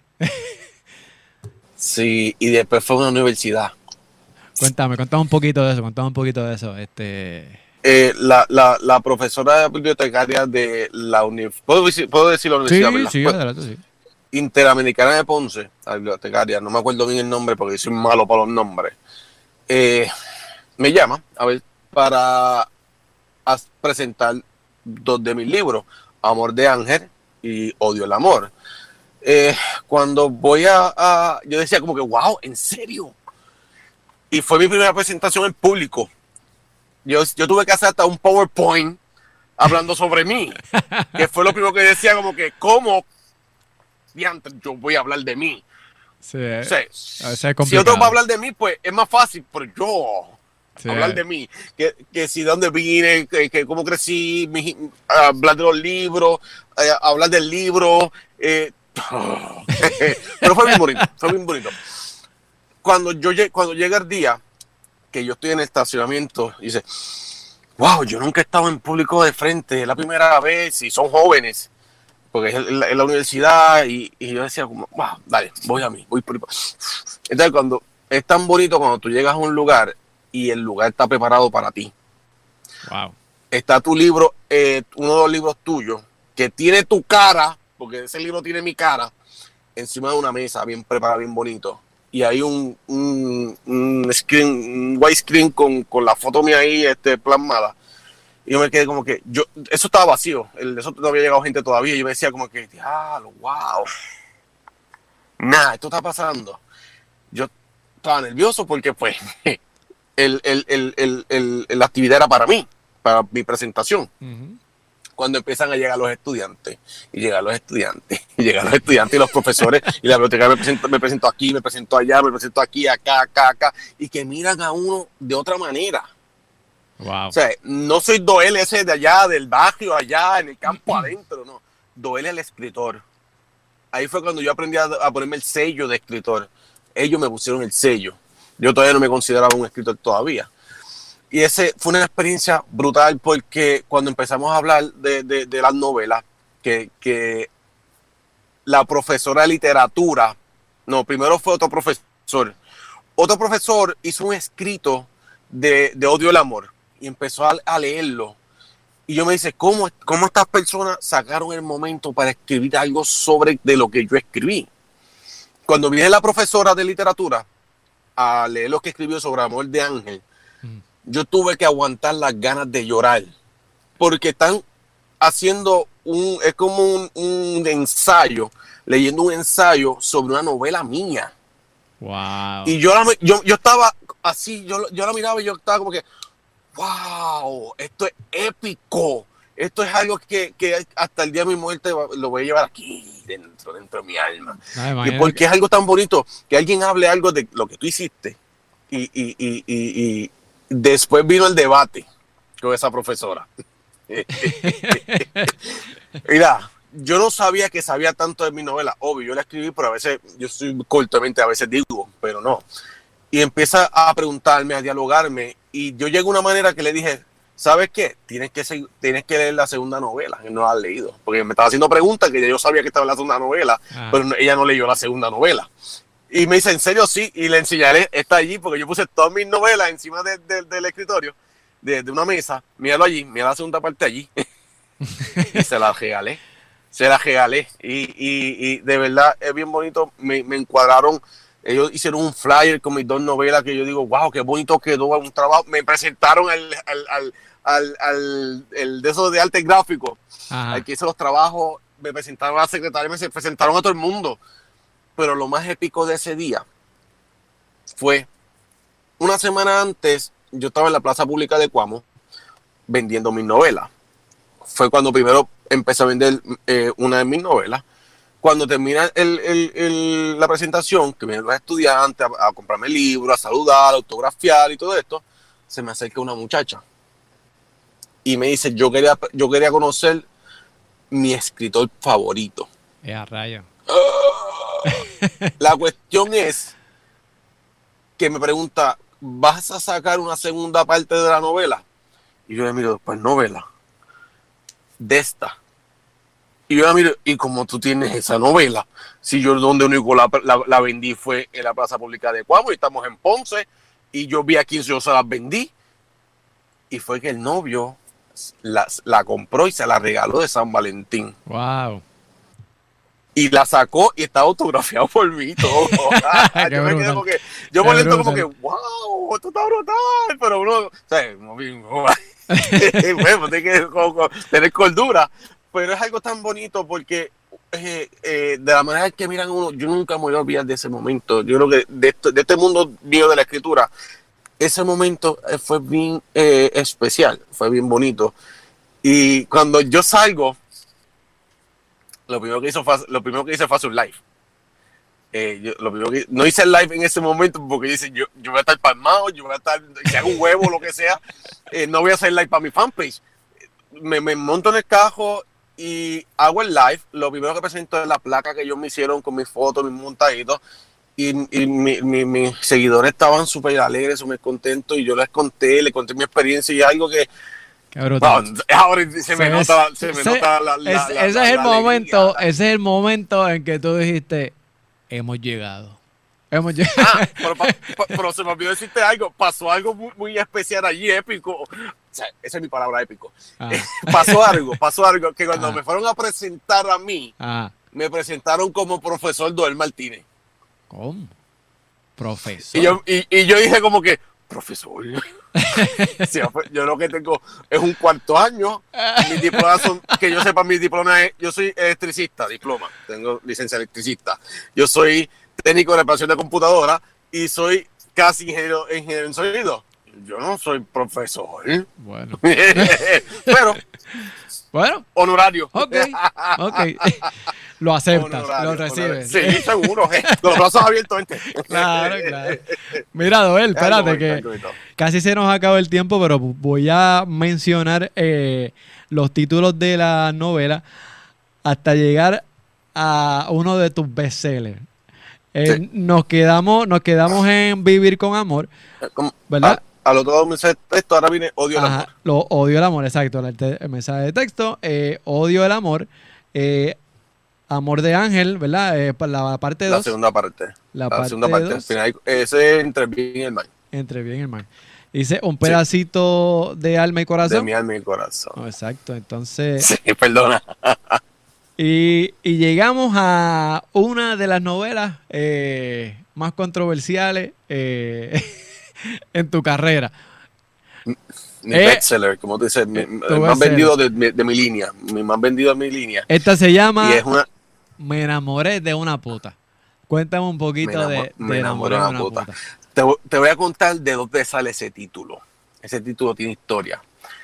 Sí, y después fue a una universidad. Cuéntame un poquito de eso. La profesora bibliotecaria de la universidad, ¿puedo decir la universidad? Sí, adelante, sí. Interamericana de Ponce, la bibliotecaria, no me acuerdo bien el nombre porque soy malo para los nombres, me llama a ver para presentar 2 de mis libros, Amor de Ángel y Odio el Amor. Cuando voy yo decía como que, wow, ¿en serio? Y fue mi primera presentación en público. Yo tuve que hacer hasta un PowerPoint hablando sobre mí, que fue lo primero que decía, como que, ¿cómo diantre yo voy a hablar de mí? Sí, o sea, si otro va a hablar de mí, pues es más fácil, pero yo hablar de mí, que si de dónde vine, que cómo crecí, hablar de los libros, hablar del libro, pero fue bien bonito. Cuando llega el día que yo estoy en el estacionamiento, dice, wow, yo nunca he estado en público de frente, es la primera vez y son jóvenes, porque es en la universidad y yo decía como, wow, dale, voy por... Entonces cuando es tan bonito cuando tú llegas a un lugar y el lugar está preparado para ti. Wow. Está tu libro, uno de los libros tuyos, que tiene tu cara, porque ese libro tiene mi cara, encima de una mesa bien preparada, bien bonito. Y hay un screen, un widescreen con la foto mía ahí plasmada. Y yo me quedé como que, eso estaba vacío, eso no había llegado gente todavía. Y yo me decía como que, diablo, wow. Nada, esto está pasando. Yo estaba nervioso porque pues la actividad era para mí, para mi presentación. Uh-huh. Cuando empiezan a llegar los estudiantes, y llegan los estudiantes, y los profesores, y la biblioteca me presento aquí, me presento allá, me presento aquí, acá, y que miran a uno de otra manera. Wow. O sea, no soy Doel ese de allá, del barrio, allá, en el campo adentro, no. Doel es el escritor. Ahí fue cuando yo aprendí a ponerme el sello de escritor. Ellos me pusieron el sello. Yo todavía no me consideraba un escritor todavía. Y ese fue una experiencia brutal porque cuando empezamos a hablar de las novelas, que la profesora de literatura, no, primero fue otro profesor hizo un escrito de Odio el Amor y empezó a leerlo. Y yo me dice, ¿cómo estas personas sacaron el momento para escribir algo de lo que yo escribí? Cuando viene la profesora de literatura a leer lo que escribió sobre Amor de Ángel, yo tuve que aguantar las ganas de llorar, porque están haciendo es como un ensayo, leyendo un ensayo sobre una novela mía. Wow. Y yo estaba así, yo la miraba y yo estaba como que, wow, esto es épico. Esto es algo que hasta el día de mi muerte lo voy a llevar aquí, dentro de mi alma. Porque es algo tan bonito que alguien hable algo de lo que tú hiciste y después vino el debate con esa profesora. Mira, yo no sabía que sabía tanto de mi novela. Obvio, yo la escribí, pero a veces, yo soy cortamente, a veces digo, pero no. Y empieza a preguntarme, a dialogarme. Y yo llego a una manera que le dije, ¿sabes qué? Tienes que leer la segunda novela, que no la has leído. Porque me estaba haciendo preguntas que yo sabía que estaba en la segunda novela, pero ella no leyó la segunda novela. Y me dice, ¿en serio? Sí. Y le enseñaré, está allí, porque yo puse todas mis novelas encima del escritorio, de una mesa. Míralo allí, mira la segunda parte allí. Y se la regalé. Y de verdad es bien bonito. Me encuadraron. Ellos hicieron un flyer con mis dos novelas que yo digo, wow, qué bonito quedó un trabajo. Me presentaron al de esos de arte gráfico, al que hizo los trabajos. Me presentaron a la secretaria, me presentaron a todo el mundo. Pero lo más épico de ese día fue una semana antes, yo estaba en la plaza pública de Cuamo vendiendo mis novelas. Fue cuando primero empecé a vender una de mis novelas. Cuando termina la presentación, que vienen los estudiantes a comprarme el libro, a saludar, a autografiar y todo esto, se me acerca una muchacha y me dice, yo quería conocer mi escritor favorito. Rayo. La cuestión es que me pregunta, ¿vas a sacar una segunda parte de la novela? Y yo le miro, pues novela de esta. Y yo la miro, ¿y cómo tú tienes esa novela? Si yo donde único la vendí fue en la plaza pública de Cuamo y estamos en Ponce, y yo vi a quien yo se las vendí. Y fue que el novio la compró y se la regaló de San Valentín. Wow. Y la sacó y está autografiado por mí todo. Yo me quedé porque, yo por dentro como que, wow, esto está brutal. Pero uno, o sea, bueno, tiene que tener cordura. Pero es algo tan bonito porque de la manera que miran uno, yo nunca me voy a olvidar de ese momento. Yo creo que de este mundo mío de la escritura, ese momento fue bien especial, fue bien bonito. Y cuando yo salgo, lo primero que hice fue hacer un live. No hice el live en ese momento porque yo voy a estar palmado, yo voy a estar, si hago un huevo, lo que sea, no voy a hacer live para mi fanpage. Me monto en el carro y hago el live. Lo primero que presento es la placa que ellos me hicieron con mis fotos, mis montaditos. Y mis seguidores estaban súper alegres, súper contentos. Y yo les conté mi experiencia y algo que Qué brutal. No, ahora se me nota la ese es el momento, alegría. ese es el momento en que tú dijiste, hemos llegado. Hemos llegado. Pero se me olvidó decirte algo. Pasó algo muy especial allí, épico. O sea, esa es mi palabra, épico. Ah. Pasó algo que cuando Ah. me fueron a presentar a mí, Ah, me presentaron como profesor Doel Martínez. ¿cómo? Profesor. Y yo dije como que, profesor. Sí, yo lo que tengo es un cuarto año. Mis diplomas son, que yo sepa, mis diplomas es, yo soy electricista, diploma, tengo licencia electricista. Yo soy técnico de reparación de computadora y soy casi ingeniero en sonido. Yo no soy profesor. Bueno. Pero Bueno, honorario. ok. Lo aceptas, Honorario, lo recibes. honorario. Sí, seguro. Con los brazos abiertos, gente. Claro. Mira, Doel, espérate que casi se nos acaba el tiempo, pero voy a mencionar los títulos de la novela hasta llegar a uno de tus bestsellers. Sí. Nos quedamos en Vivir con Amor, ¿verdad? A lo todo mensaje de texto, ahora viene Odio el Amor. Odio el amor, exacto. El mensaje de texto, Odio el amor, Amor de Ángel, ¿verdad? La parte 2. La segunda parte. La segunda parte. dos. Al final, ese es Entre bien y el mal. Entre bien y el mal. Dice un pedacito de alma y corazón. De mi alma y corazón. Oh, exacto, entonces. Sí, perdona. Y llegamos a una de las novelas más controversiales en tu carrera. Mi bestseller, como tú dices, el más vendido de mi línea. Mi más vendido de mi línea. Esta se llama Y es una. Me enamoré de una puta. Cuéntame un poquito Me enamoré de una puta. Te voy a contar de dónde sale ese título. Ese título tiene historia.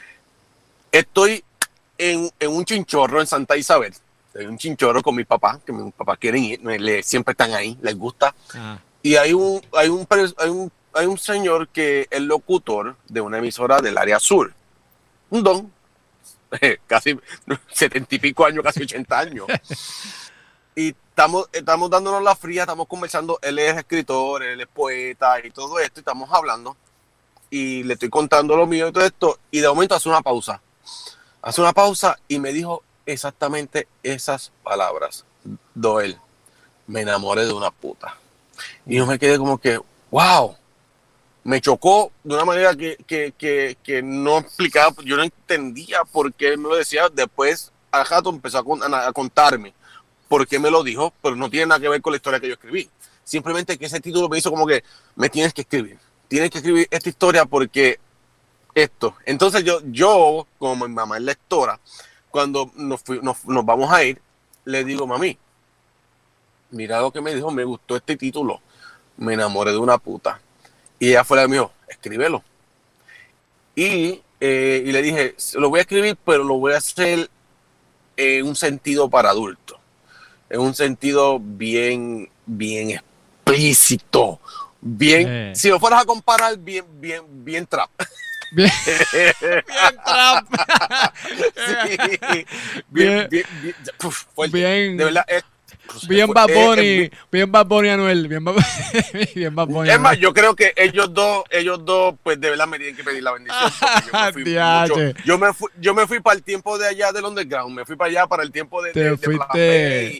Estoy en un chinchorro en Santa Isabel. Estoy en un chinchorro con mi papá, que mis papás quieren ir, siempre están ahí, les gusta. Ah. Y hay un señor que es locutor de una emisora del área sur. Un don. Casi 70 y pico años, casi 80 años. Y estamos dándonos la fría, estamos conversando. Él es escritor, él es poeta y todo esto. Y estamos hablando. Y le estoy contando lo mío y todo esto. Y de momento hace una pausa. Hace una pausa y me dijo exactamente esas palabras. Doel, me enamoré de una puta. Y yo me quedé como que, wow. Me chocó de una manera que no explicaba. Yo no entendía por qué él me lo decía. Después, al rato empezó a contarme por qué me lo dijo, pero no tiene nada que ver con la historia que yo escribí. Simplemente que ese título me hizo como que me tienes que escribir esta historia porque esto. Entonces yo como mi mamá es lectora, cuando nos vamos a ir, le digo, mami, mira lo que me dijo, me gustó este título, me enamoré de una puta. Y ella fue la que me dijo, escríbelo. Y le dije, lo voy a escribir, pero lo voy a hacer en un sentido para adultos. En un sentido bien explícito. Bien, si lo fueras a comparar, bien trap. Bien trap. Sí, bien, fuerte. Bien. De verdad, Bien Bad Bunny, bien Bad Bunny Anuel, bien Bad Bunny. Es más, yo creo que ellos dos, pues de verdad me tienen que pedir la bendición. Yo me fui para el tiempo de allá del underground, me fui para allá para el tiempo de Te fuiste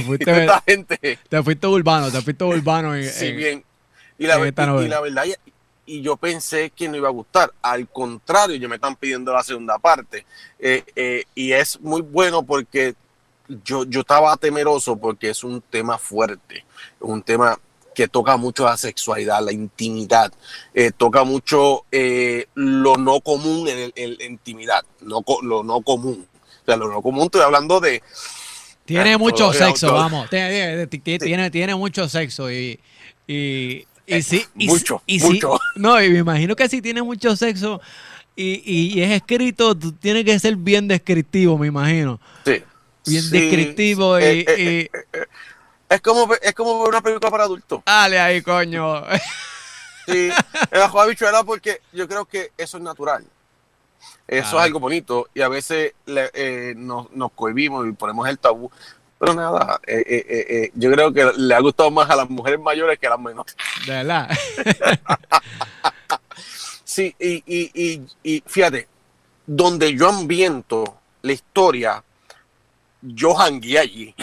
urbano. Sí, bien. Y la verdad, y yo pensé que no iba a gustar. Al contrario, yo me están pidiendo la segunda parte. Y es muy bueno porque yo estaba temeroso porque es un tema fuerte, es un tema que toca mucho la sexualidad, la intimidad, toca mucho lo no común en la intimidad, lo no común. O sea, lo no común, estoy hablando de... Tiene mucho sexo, vamos. Tiene mucho sexo y sí. Mucho. No, y me imagino que si tiene mucho sexo y es escrito, tú tienes que ser bien descriptivo, me imagino. Sí. Bien descriptivo y es como ver una película para adultos. Dale ahí, coño. Sí, el ajo de habichuela porque yo creo que eso es natural. Eso es algo bonito y a veces nos cohibimos y ponemos el tabú. Pero nada, yo creo que le ha gustado más a las mujeres mayores que a las menores. De verdad. Sí, y fíjate, donde yo ambiento la historia, yo jangué allí.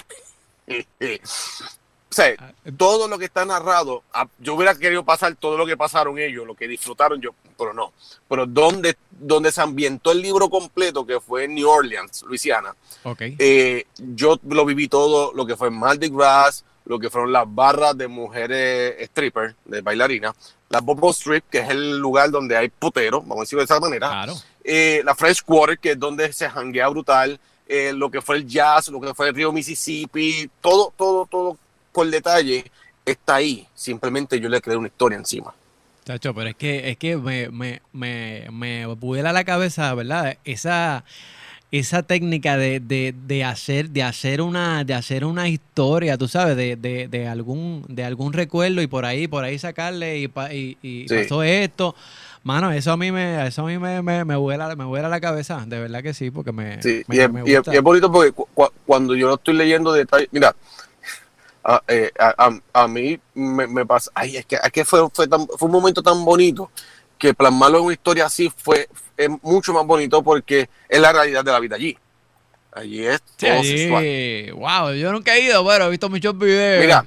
O sea, todo lo que está narrado, yo hubiera querido pasar todo lo que pasaron ellos, lo que disfrutaron yo, pero no. Pero donde se ambientó el libro completo, que fue en New Orleans, Luisiana, yo lo viví todo, lo que fue Mardi Gras, lo que fueron las barras de mujeres strippers, de bailarinas, la Bobo Strip, que es el lugar donde hay puteros, vamos a decirlo de esa manera, claro. La French Quarter, que es donde se janguea brutal, lo que fue el jazz, lo que fue el río Mississippi, todo por detalle está ahí. Simplemente yo le creé una historia encima. Chacho, pero es que me vuela la cabeza, ¿verdad? Esa técnica de hacer una historia, tú sabes, de algún recuerdo y por ahí sacarle y sí. Pasó esto. Mano, eso a mí me vuela la cabeza, de verdad que sí, porque me gusta. Y es bonito porque cuando yo lo estoy leyendo detalles, mira, a mí me pasa, ay, es que fue un momento tan bonito que plasmarlo en una historia así es mucho más bonito porque es la realidad de la vida allí. Allí es todo sexual. Wow, yo nunca he ido, pero he visto muchos videos. Mira,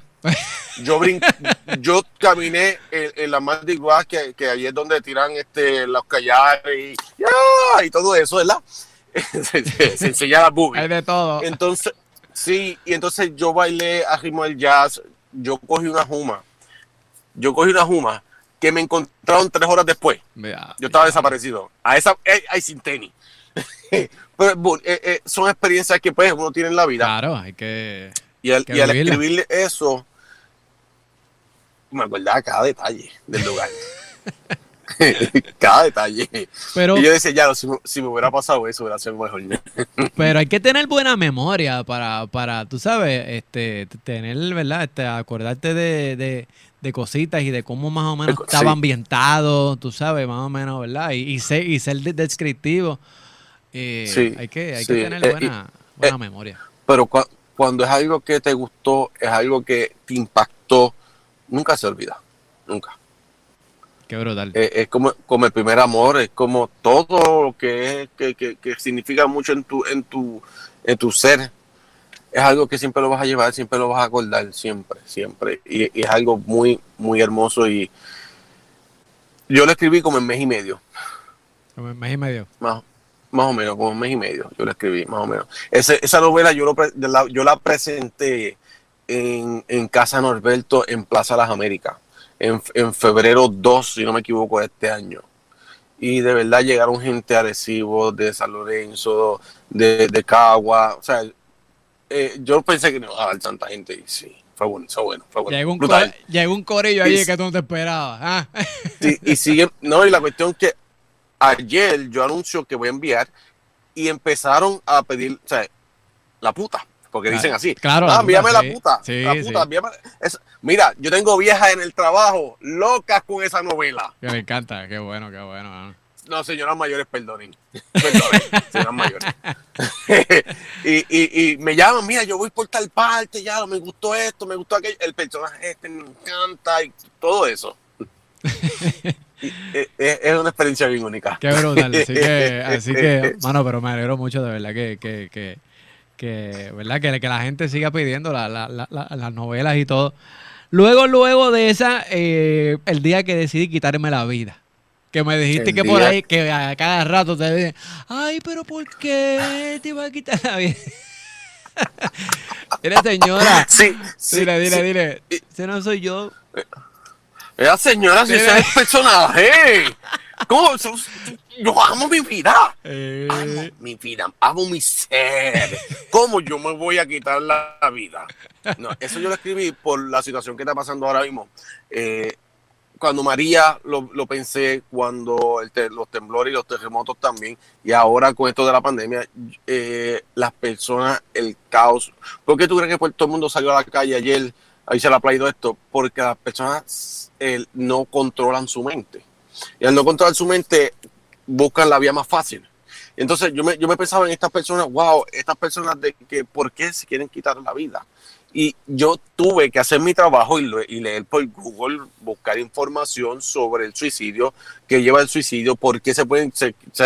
yo caminé en la Mardi Gras, que allí es donde tiran los kayaks y todo eso, ¿verdad? se enseña la boobies. Hay de todo. Entonces, sí, y entonces yo bailé a ritmo del jazz. Yo cogí una juma que me encontraron 3 horas después. Yo estaba desaparecido. Hay sin tenis. Pero son experiencias que pues uno tiene en la vida. Claro, hay que. Y al escribirle eso, me acordaba cada detalle del lugar. Cada detalle. Pero, y yo decía, ya, si me hubiera pasado eso, hubiera sido mejor. Pero hay que tener buena memoria para tú sabes, tener, ¿verdad? Acordarte de cositas y de cómo más o menos estaba ambientado, tú sabes, más o menos, ¿verdad? Y ser descriptivo. Hay que tener buena memoria. Pero cuando es algo que te gustó, es algo que te impactó, nunca se olvida. Nunca. Qué brutal. Es como el primer amor, es como todo lo que significa mucho en tu ser. Es algo que siempre lo vas a llevar, siempre lo vas a acordar, siempre. Y es algo muy, muy hermoso. Y yo lo escribí como en mes y medio. ¿Como en mes y medio? Más o menos, como en mes y medio. Yo lo escribí, más o menos. Esa novela yo la presenté en Casa Norberto, en Plaza Las Américas. En febrero 2, si no me equivoco, de este año. Y de verdad llegaron gente de Arecibo, de San Lorenzo, de Cagua. O sea, yo pensé que no iba a haber tanta gente. Y sí, fue bueno. Llegó un corillo allí que tú no te esperabas. ¿Ah? Sí, y sigue. No, y la cuestión que ayer yo anuncio que voy a enviar y empezaron a pedir, o sea, la puta. Porque dicen así. Claro. Envíame la puta. Sí, la puta, envíame. Mira, yo tengo viejas en el trabajo locas con esa novela. Que me encanta, qué bueno. ¿No? No, señoras mayores, perdonen, señoras mayores. y me llaman, mira, yo voy por tal parte, ya, me gustó esto, me gustó aquello. El personaje me encanta y todo eso. Es una experiencia bien única. Qué brutal. Así que, mano, pero me alegro mucho de verdad que ¿verdad? Que la gente siga pidiendo las novelas y todo. Luego de esa, el día que decidí quitarme la vida. Que me dijiste que por ahí, que a cada rato te dicen, ay, pero ¿por qué te iba a quitar la vida? Dile, señora. Sí. Dile. Ese no soy yo. Esa señora, si ese es el personaje. ¿Cómo? Yo amo mi vida. Amo mi vida, amo mi ser. ¿Cómo yo me voy a quitar la vida? No, eso yo lo escribí por la situación que está pasando ahora mismo. Cuando María lo pensé, cuando los temblores y los terremotos también, y ahora con esto de la pandemia, las personas, el caos. ¿Por qué tú crees que todo el mundo salió a la calle ayer a irse a la playa y todo esto? Porque las personas no controlan su mente. Y al no controlar su mente, buscan la vía más fácil. Entonces yo me pensaba en estas personas, estas personas de que ¿por qué se quieren quitar la vida? Y yo tuve que hacer mi trabajo y leer por Google, buscar información sobre el suicidio, que lleva el suicidio, por qué se pueden,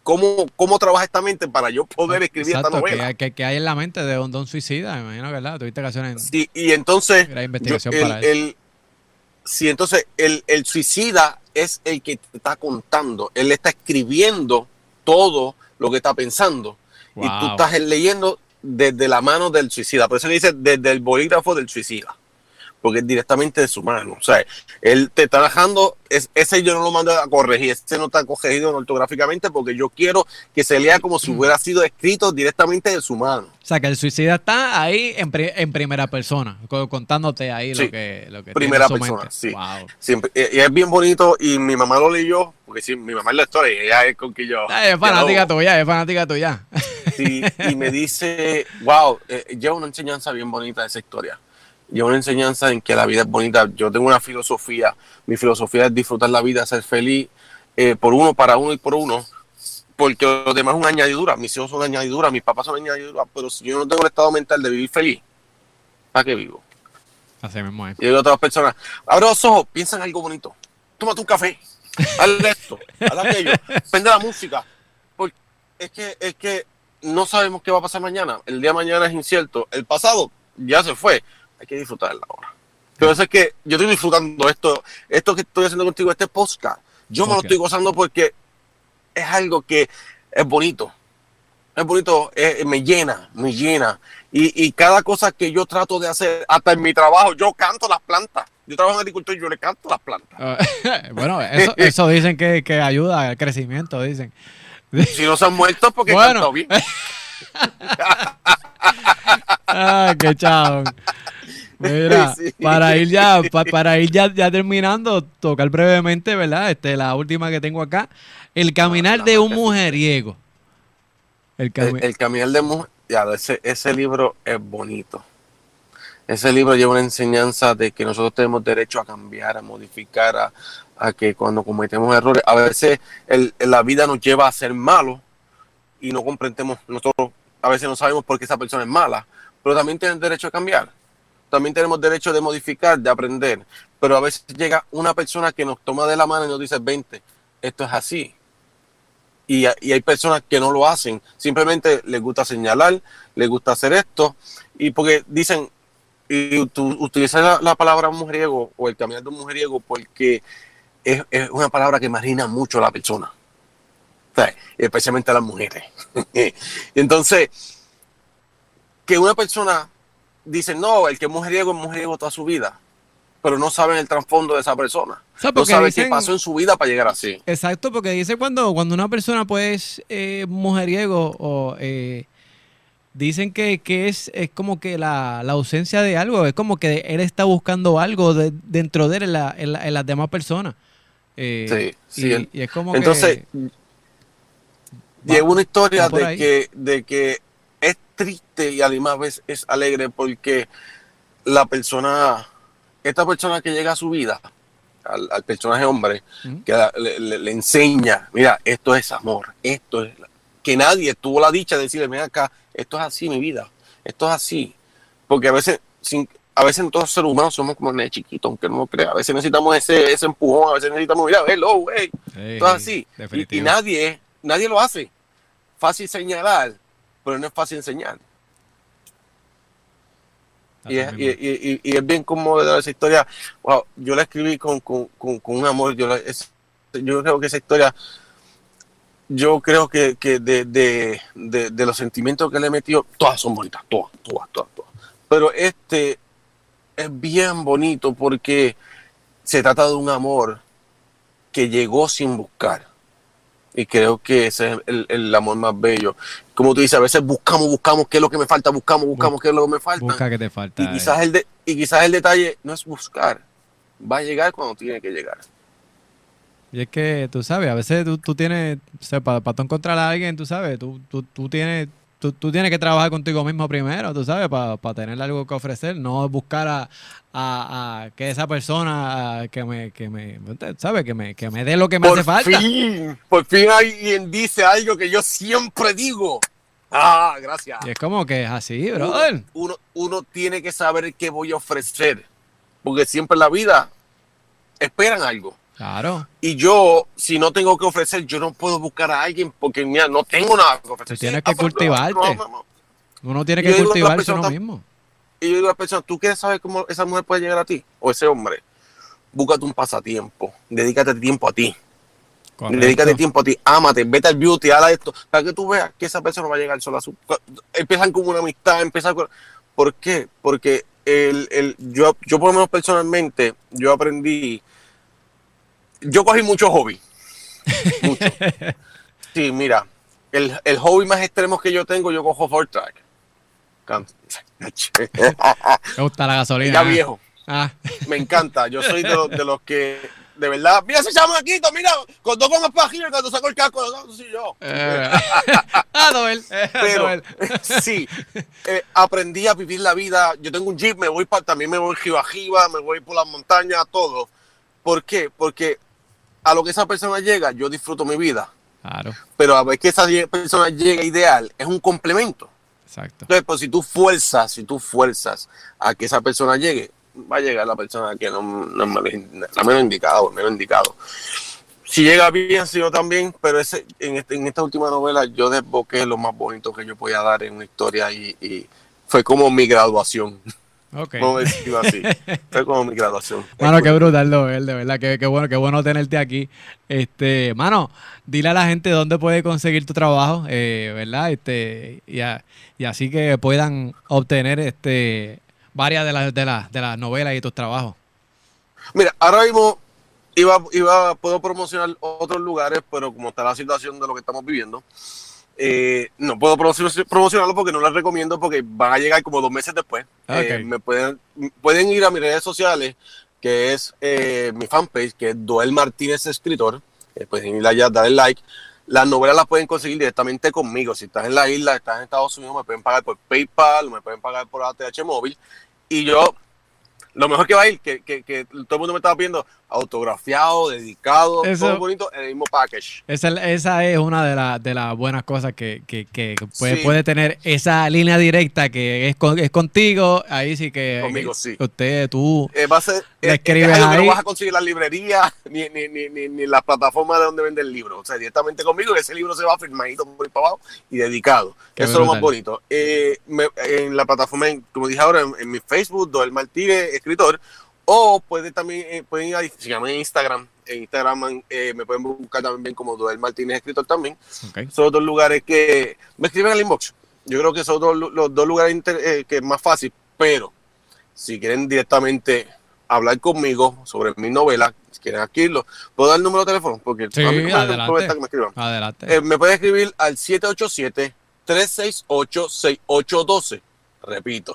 cómo trabaja esta mente para yo poder escribir esta novela. Que hay en la mente de un suicida, me imagino, ¿verdad? Tuviste que hacer sí, y entonces gran investigación para eso. Sí, entonces el suicida es el que te está contando. Él está escribiendo todo lo que está pensando. Wow. Y tú estás leyendo desde la mano del suicida. Por eso le dice desde el bolígrafo del suicida. Porque es directamente de su mano. O sea, él te está dejando, ese yo no lo mando a corregir, ese no está corregido ortográficamente porque yo quiero que se lea como si hubiera sido escrito directamente de su mano. O sea, que el suicida está ahí en primera persona, contándote ahí sí, lo que primera tiene en su persona, mente. sí. Wow. Siempre, y es bien bonito y mi mamá lo leyó, porque sí, mi mamá es lectora y ella es con que yo... Es fanática tuya. Sí, y me dice, wow, lleva una enseñanza bien bonita de esa historia. Lleva una enseñanza en que la vida es bonita. Yo tengo una filosofía. Mi filosofía es disfrutar la vida, ser feliz por uno, para uno y por uno. Porque los demás es una añadidura. Mis hijos son añadidura, mis papás son añadidura. Pero si yo no tengo el estado mental de vivir feliz, ¿para qué vivo? Así mismo es. Y hay otras personas, abre los ojos, piensa en algo bonito. Tómate un café, haz esto, haz aquello, prende la música. Porque es que no sabemos qué va a pasar mañana. El día de mañana es incierto. El pasado ya se fue. Hay que disfrutarla ahora. Pero es que yo estoy disfrutando esto que estoy haciendo contigo, este podcast. Yo me lo estoy gozando porque es algo que es bonito. Es bonito, me llena. Y cada cosa que yo trato de hacer, hasta en mi trabajo, yo canto las plantas. Yo trabajo en agricultura y yo le canto las plantas. Bueno, eso dicen que ayuda al crecimiento, dicen. Si no se han muerto, porque canto bien. Qué chavo. Mira, sí. para ir ya terminando, tocar brevemente, ¿verdad? La última que tengo acá. El caminar de un mujeriego. El caminar de un mujeriego. Ese libro es bonito. Ese libro lleva una enseñanza de que nosotros tenemos derecho a cambiar, a modificar, a que cuando cometemos errores, a veces la vida nos lleva a ser malos y no comprendemos, nosotros a veces no sabemos por qué esa persona es mala, pero también tienen derecho a cambiar. También tenemos derecho de modificar, de aprender. Pero a veces llega una persona que nos toma de la mano y nos dice, vente, esto es así. Y hay personas que no lo hacen. Simplemente les gusta señalar, les gusta hacer esto. Y porque dicen, y tú utilizas la palabra mujeriego o el caminar de un mujeriego porque es una palabra que margina mucho a la persona. O sea, especialmente a las mujeres. Y entonces, que una persona... Dicen, no, el que es mujeriego toda su vida, pero no saben el trasfondo de esa persona. O sea, no saben qué pasó en su vida para llegar así. Exacto, porque dice cuando una persona pues mujeriego o dicen que es como que la ausencia de algo, es como que él está buscando algo dentro de él en las demás personas. Sí. Y es como entonces, llegó una historia de que es triste y a la misma vez es alegre porque esta persona que llega a su vida, al personaje hombre, que le enseña, mira, esto es amor, esto es, que nadie tuvo la dicha de decirle, mira acá, esto es así mi vida, esto es así, porque a veces nosotros los seres humanos somos como nenes chiquitos, aunque no lo crea, a veces necesitamos ese empujón, a veces necesitamos, mira, hello, hey, esto es así, y nadie lo hace, fácil señalar, pero no es fácil enseñar. Y es bien conmovedora esa historia. Wow, yo la escribí con un amor. Yo creo que esa historia, yo creo que de los sentimientos que le he metido, todas son bonitas, todas. Pero es bien bonito porque se trata de un amor que llegó sin buscar. Y creo que ese es el amor más bello. Como tú dices, a veces buscamos qué es lo que me falta, buscamos qué es lo que me falta. Busca que te falta. Y quizás el detalle no es buscar, va a llegar cuando tiene que llegar. Y es que, tú sabes, a veces tú tienes, o sea, para tú encontrar a alguien, tú sabes, tú tienes que trabajar contigo mismo primero, tú sabes, para tener algo que ofrecer, no buscar a que esa persona que me ¿sabes? Que me dé lo que me hace falta. Por fin alguien dice algo que yo siempre digo. Gracias. Y es como que es así, brother. Uno tiene que saber qué voy a ofrecer, porque siempre en la vida esperan algo. Claro. Y yo, si no tengo que ofrecer, yo no puedo buscar a alguien porque mira, no tengo nada que ofrecer. Tú tienes que cultivarte. Uno tiene Y que yo digo a la cultivarse uno persona, mismo. y yo digo a la persona, ¿tú quieres saber cómo esa mujer puede llegar a ti? O ese hombre. Búscate un pasatiempo. Dedícate tiempo a ti. Correcto. Dedícate tiempo a ti. Ámate. Vete al beauty. Haga esto. Para que tú veas que esa persona va a llegar sola a su... Empiezan con una amistad. Empiezan con... ¿Por qué? Porque yo por lo menos personalmente, yo aprendí... Yo cogí mucho hobby. Mucho. Sí, mira. El hobby más extremo que yo tengo, yo cojo four track. Me gusta la gasolina. Ya viejo. Ah. Me encanta. Yo soy de los que, de verdad, mira ese chamaquito, mira, con dos gomas para arriba cuando saco el casco, no, soy yo. Noel. Pero sí, aprendí a vivir la vida. Yo tengo un jeep, también me voy jiba jiba, me voy por las montañas, todo. ¿Por qué? Porque a lo que esa persona llega, yo disfruto mi vida. Claro. Pero a ver que esa persona llega ideal, es un complemento. Exacto. Entonces, pues si tú fuerzas a que esa persona llegue, va a llegar la persona que no es la menos indicada o el menos indicado. Si llega bien, si yo también, pero en esta última novela yo desboqué lo más bonito que yo podía dar en una historia y fue como mi graduación. Okay. Vamos a decirlo así. Fue como mi graduación. Mano, qué brutal, Noel, de verdad, qué bueno tenerte aquí. Mano, dile a la gente dónde puede conseguir tu trabajo, ¿verdad? Y así que puedan obtener varias de las novelas y tus trabajos. Mira, ahora mismo puedo promocionar otros lugares, pero como está la situación de lo que estamos viviendo, no puedo promocionarlo porque no les recomiendo, porque van a llegar como 2 meses después. Okay. Pueden ir a mis redes sociales, que es mi fanpage, que es Doel Martínez Escritor. Pueden ir allá, darle like. Las novelas las pueden conseguir directamente conmigo. Si estás en la isla, estás en Estados Unidos, me pueden pagar por PayPal, me pueden pagar por ATH móvil. Y yo, lo mejor que va a ir, que todo el mundo me estaba pidiendo, autografiado, dedicado, todo bonito, en el mismo package. Esa es una de las buenas cosas que puede Sí. tener esa línea directa que es contigo. Ahí sí que Conmigo, sí. Tú va a ser, le escribes es algo que ahí. no vas a conseguir en la librería ni en la plataforma de donde vende el libro. O sea, directamente conmigo, ese libro se va firmadito por ahí para abajo y dedicado. Qué Eso brutal. es lo más bonito. En la plataforma, como dije ahora, en mi Facebook, Doel Martínez Escritor, o pueden ir a Instagram. En Instagram me pueden buscar también como Doel Martínez Escritor también. Okay. Son 2 lugares que me escriben al inbox. Yo creo que son los 2 lugares que es más fácil, pero si quieren directamente hablar conmigo sobre mi novela, si quieren adquirirlo, ¿puedo dar el número de teléfono? Porque Sí, a mí me adelante. que me escriban. Adelante. Me pueden escribir al 787-368-6812. Repito,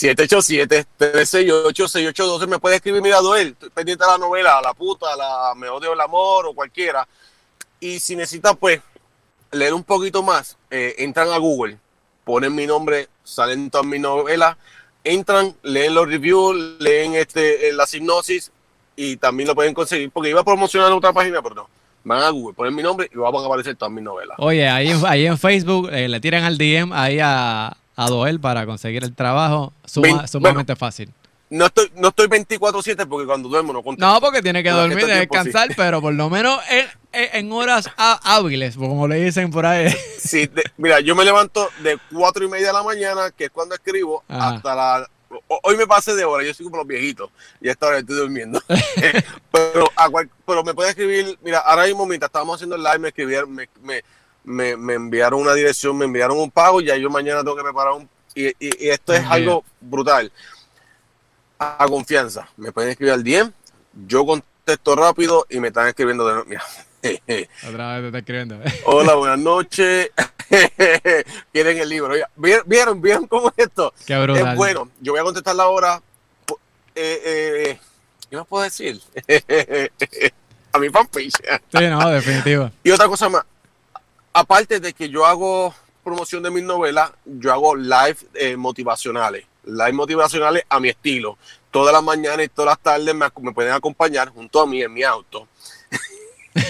787-368-6812. Me puede escribir, mira, Doel, estoy pendiente de la novela, la puta, Me odio el amor o cualquiera. Y si necesitan, pues, leer un poquito más, entran a Google, ponen mi nombre, salen todas mis novelas, entran, leen los reviews, leen la sinopsis y también lo pueden conseguir, porque iba a promocionar otra página, pero no. Van a Google, ponen mi nombre y van a aparecer todas mis novelas. Oye, ahí en Facebook le tiran al DM ahí a Doel para conseguir el trabajo. Sumamente fácil. No estoy 24/7 porque cuando duermo no contesto. No, porque tiene que dormir, Este tiempo, descansar, sí. pero por lo menos en horas hábiles, como le dicen por ahí. Sí, mira, yo me levanto de 4:30 de la mañana, que es cuando escribo, Ajá. hasta hoy me pasé de hora, yo soy como los viejitos y a esta hora estoy durmiendo. pero me puede escribir, mira, ahora mismo mientras estábamos haciendo el live me escribieron, me enviaron una dirección, me enviaron un pago, ya yo mañana tengo que preparar y esto es algo brutal. A confianza, me pueden escribir al DM, yo contesto rápido y me están escribiendo de nuevo. Mira. Otra vez te está escribiendo. Hola, buenas noches. Quieren el libro. ¿Vieron cómo es esto? Qué brutal. Es bueno. Yo voy a contestar ahora. ¿Qué más puedo decir? A mi fanpage. Sí, no, definitivo. Y otra cosa más. Aparte de que yo hago promoción de mis novelas, yo hago live motivacionales. Live motivacionales a mi estilo. Todas las mañanas y todas las tardes me pueden acompañar junto a mí en mi auto.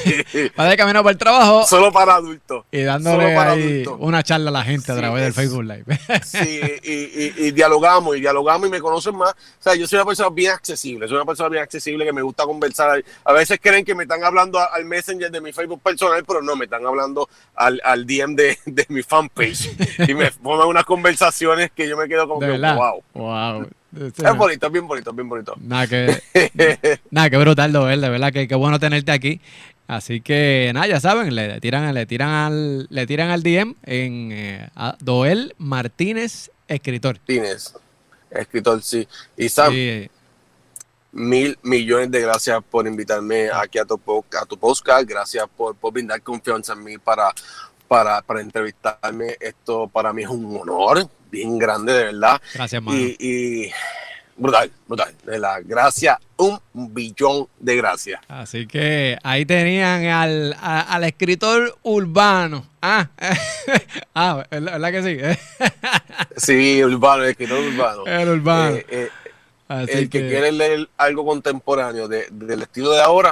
Va de camino para el trabajo. Solo para adultos. Y dándole ahí una charla a la gente a través del Facebook Live. Sí, y dialogamos y me conocen más. O sea, yo soy una persona bien accesible, que me gusta conversar. A veces creen que me están hablando al Messenger de mi Facebook personal, pero no, me están hablando al DM de mi fanpage. Y me forman unas conversaciones que yo me quedo como que, wow. Es bonito, es bien bonito. Nada, que brutal, Doel, de verdad que bueno tenerte aquí. Así que nada, ya saben, le tiran al DM en Doel Martínez, escritor. Martínez, escritor, sí. Y Sam, sí. 1,000 millones de gracias por invitarme aquí a tu podcast. Gracias por brindar confianza en mí para entrevistarme. Esto para mí es un honor bien grande, de verdad. Gracias, mano. Y brutal, de verdad. Gracias, 1,000,000,000 de gracias. Así que ahí tenían al escritor urbano. ¿Verdad que sí? Sí, urbano, el escritor urbano. El urbano. El que quiere leer algo contemporáneo del estilo de ahora.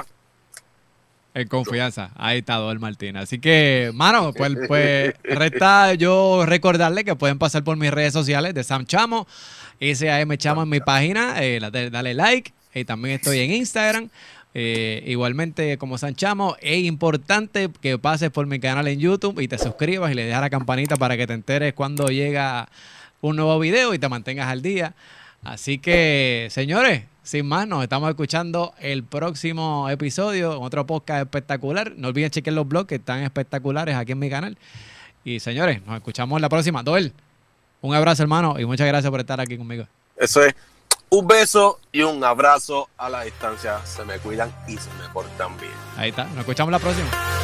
En confianza, ahí está Doel Martínez. Así que, mano, pues resta yo recordarle que pueden pasar por mis redes sociales de Sam Chamo, SAM Chamo en mi página, dale like, y también estoy en Instagram, igualmente como Sam Chamo. Es importante que pases por mi canal en YouTube y te suscribas y le dejas la campanita para que te enteres cuando llega un nuevo video y te mantengas al día. Así que, señores, sin más, nos estamos escuchando el próximo episodio en otro podcast espectacular. No olviden chequear los blogs que están espectaculares aquí en mi canal. Y señores, nos escuchamos la próxima. Doel, un abrazo, hermano, y muchas gracias por estar aquí conmigo. Eso es. Un beso y un abrazo a la distancia. Se me cuidan y se me portan bien. Ahí está. Nos escuchamos la próxima.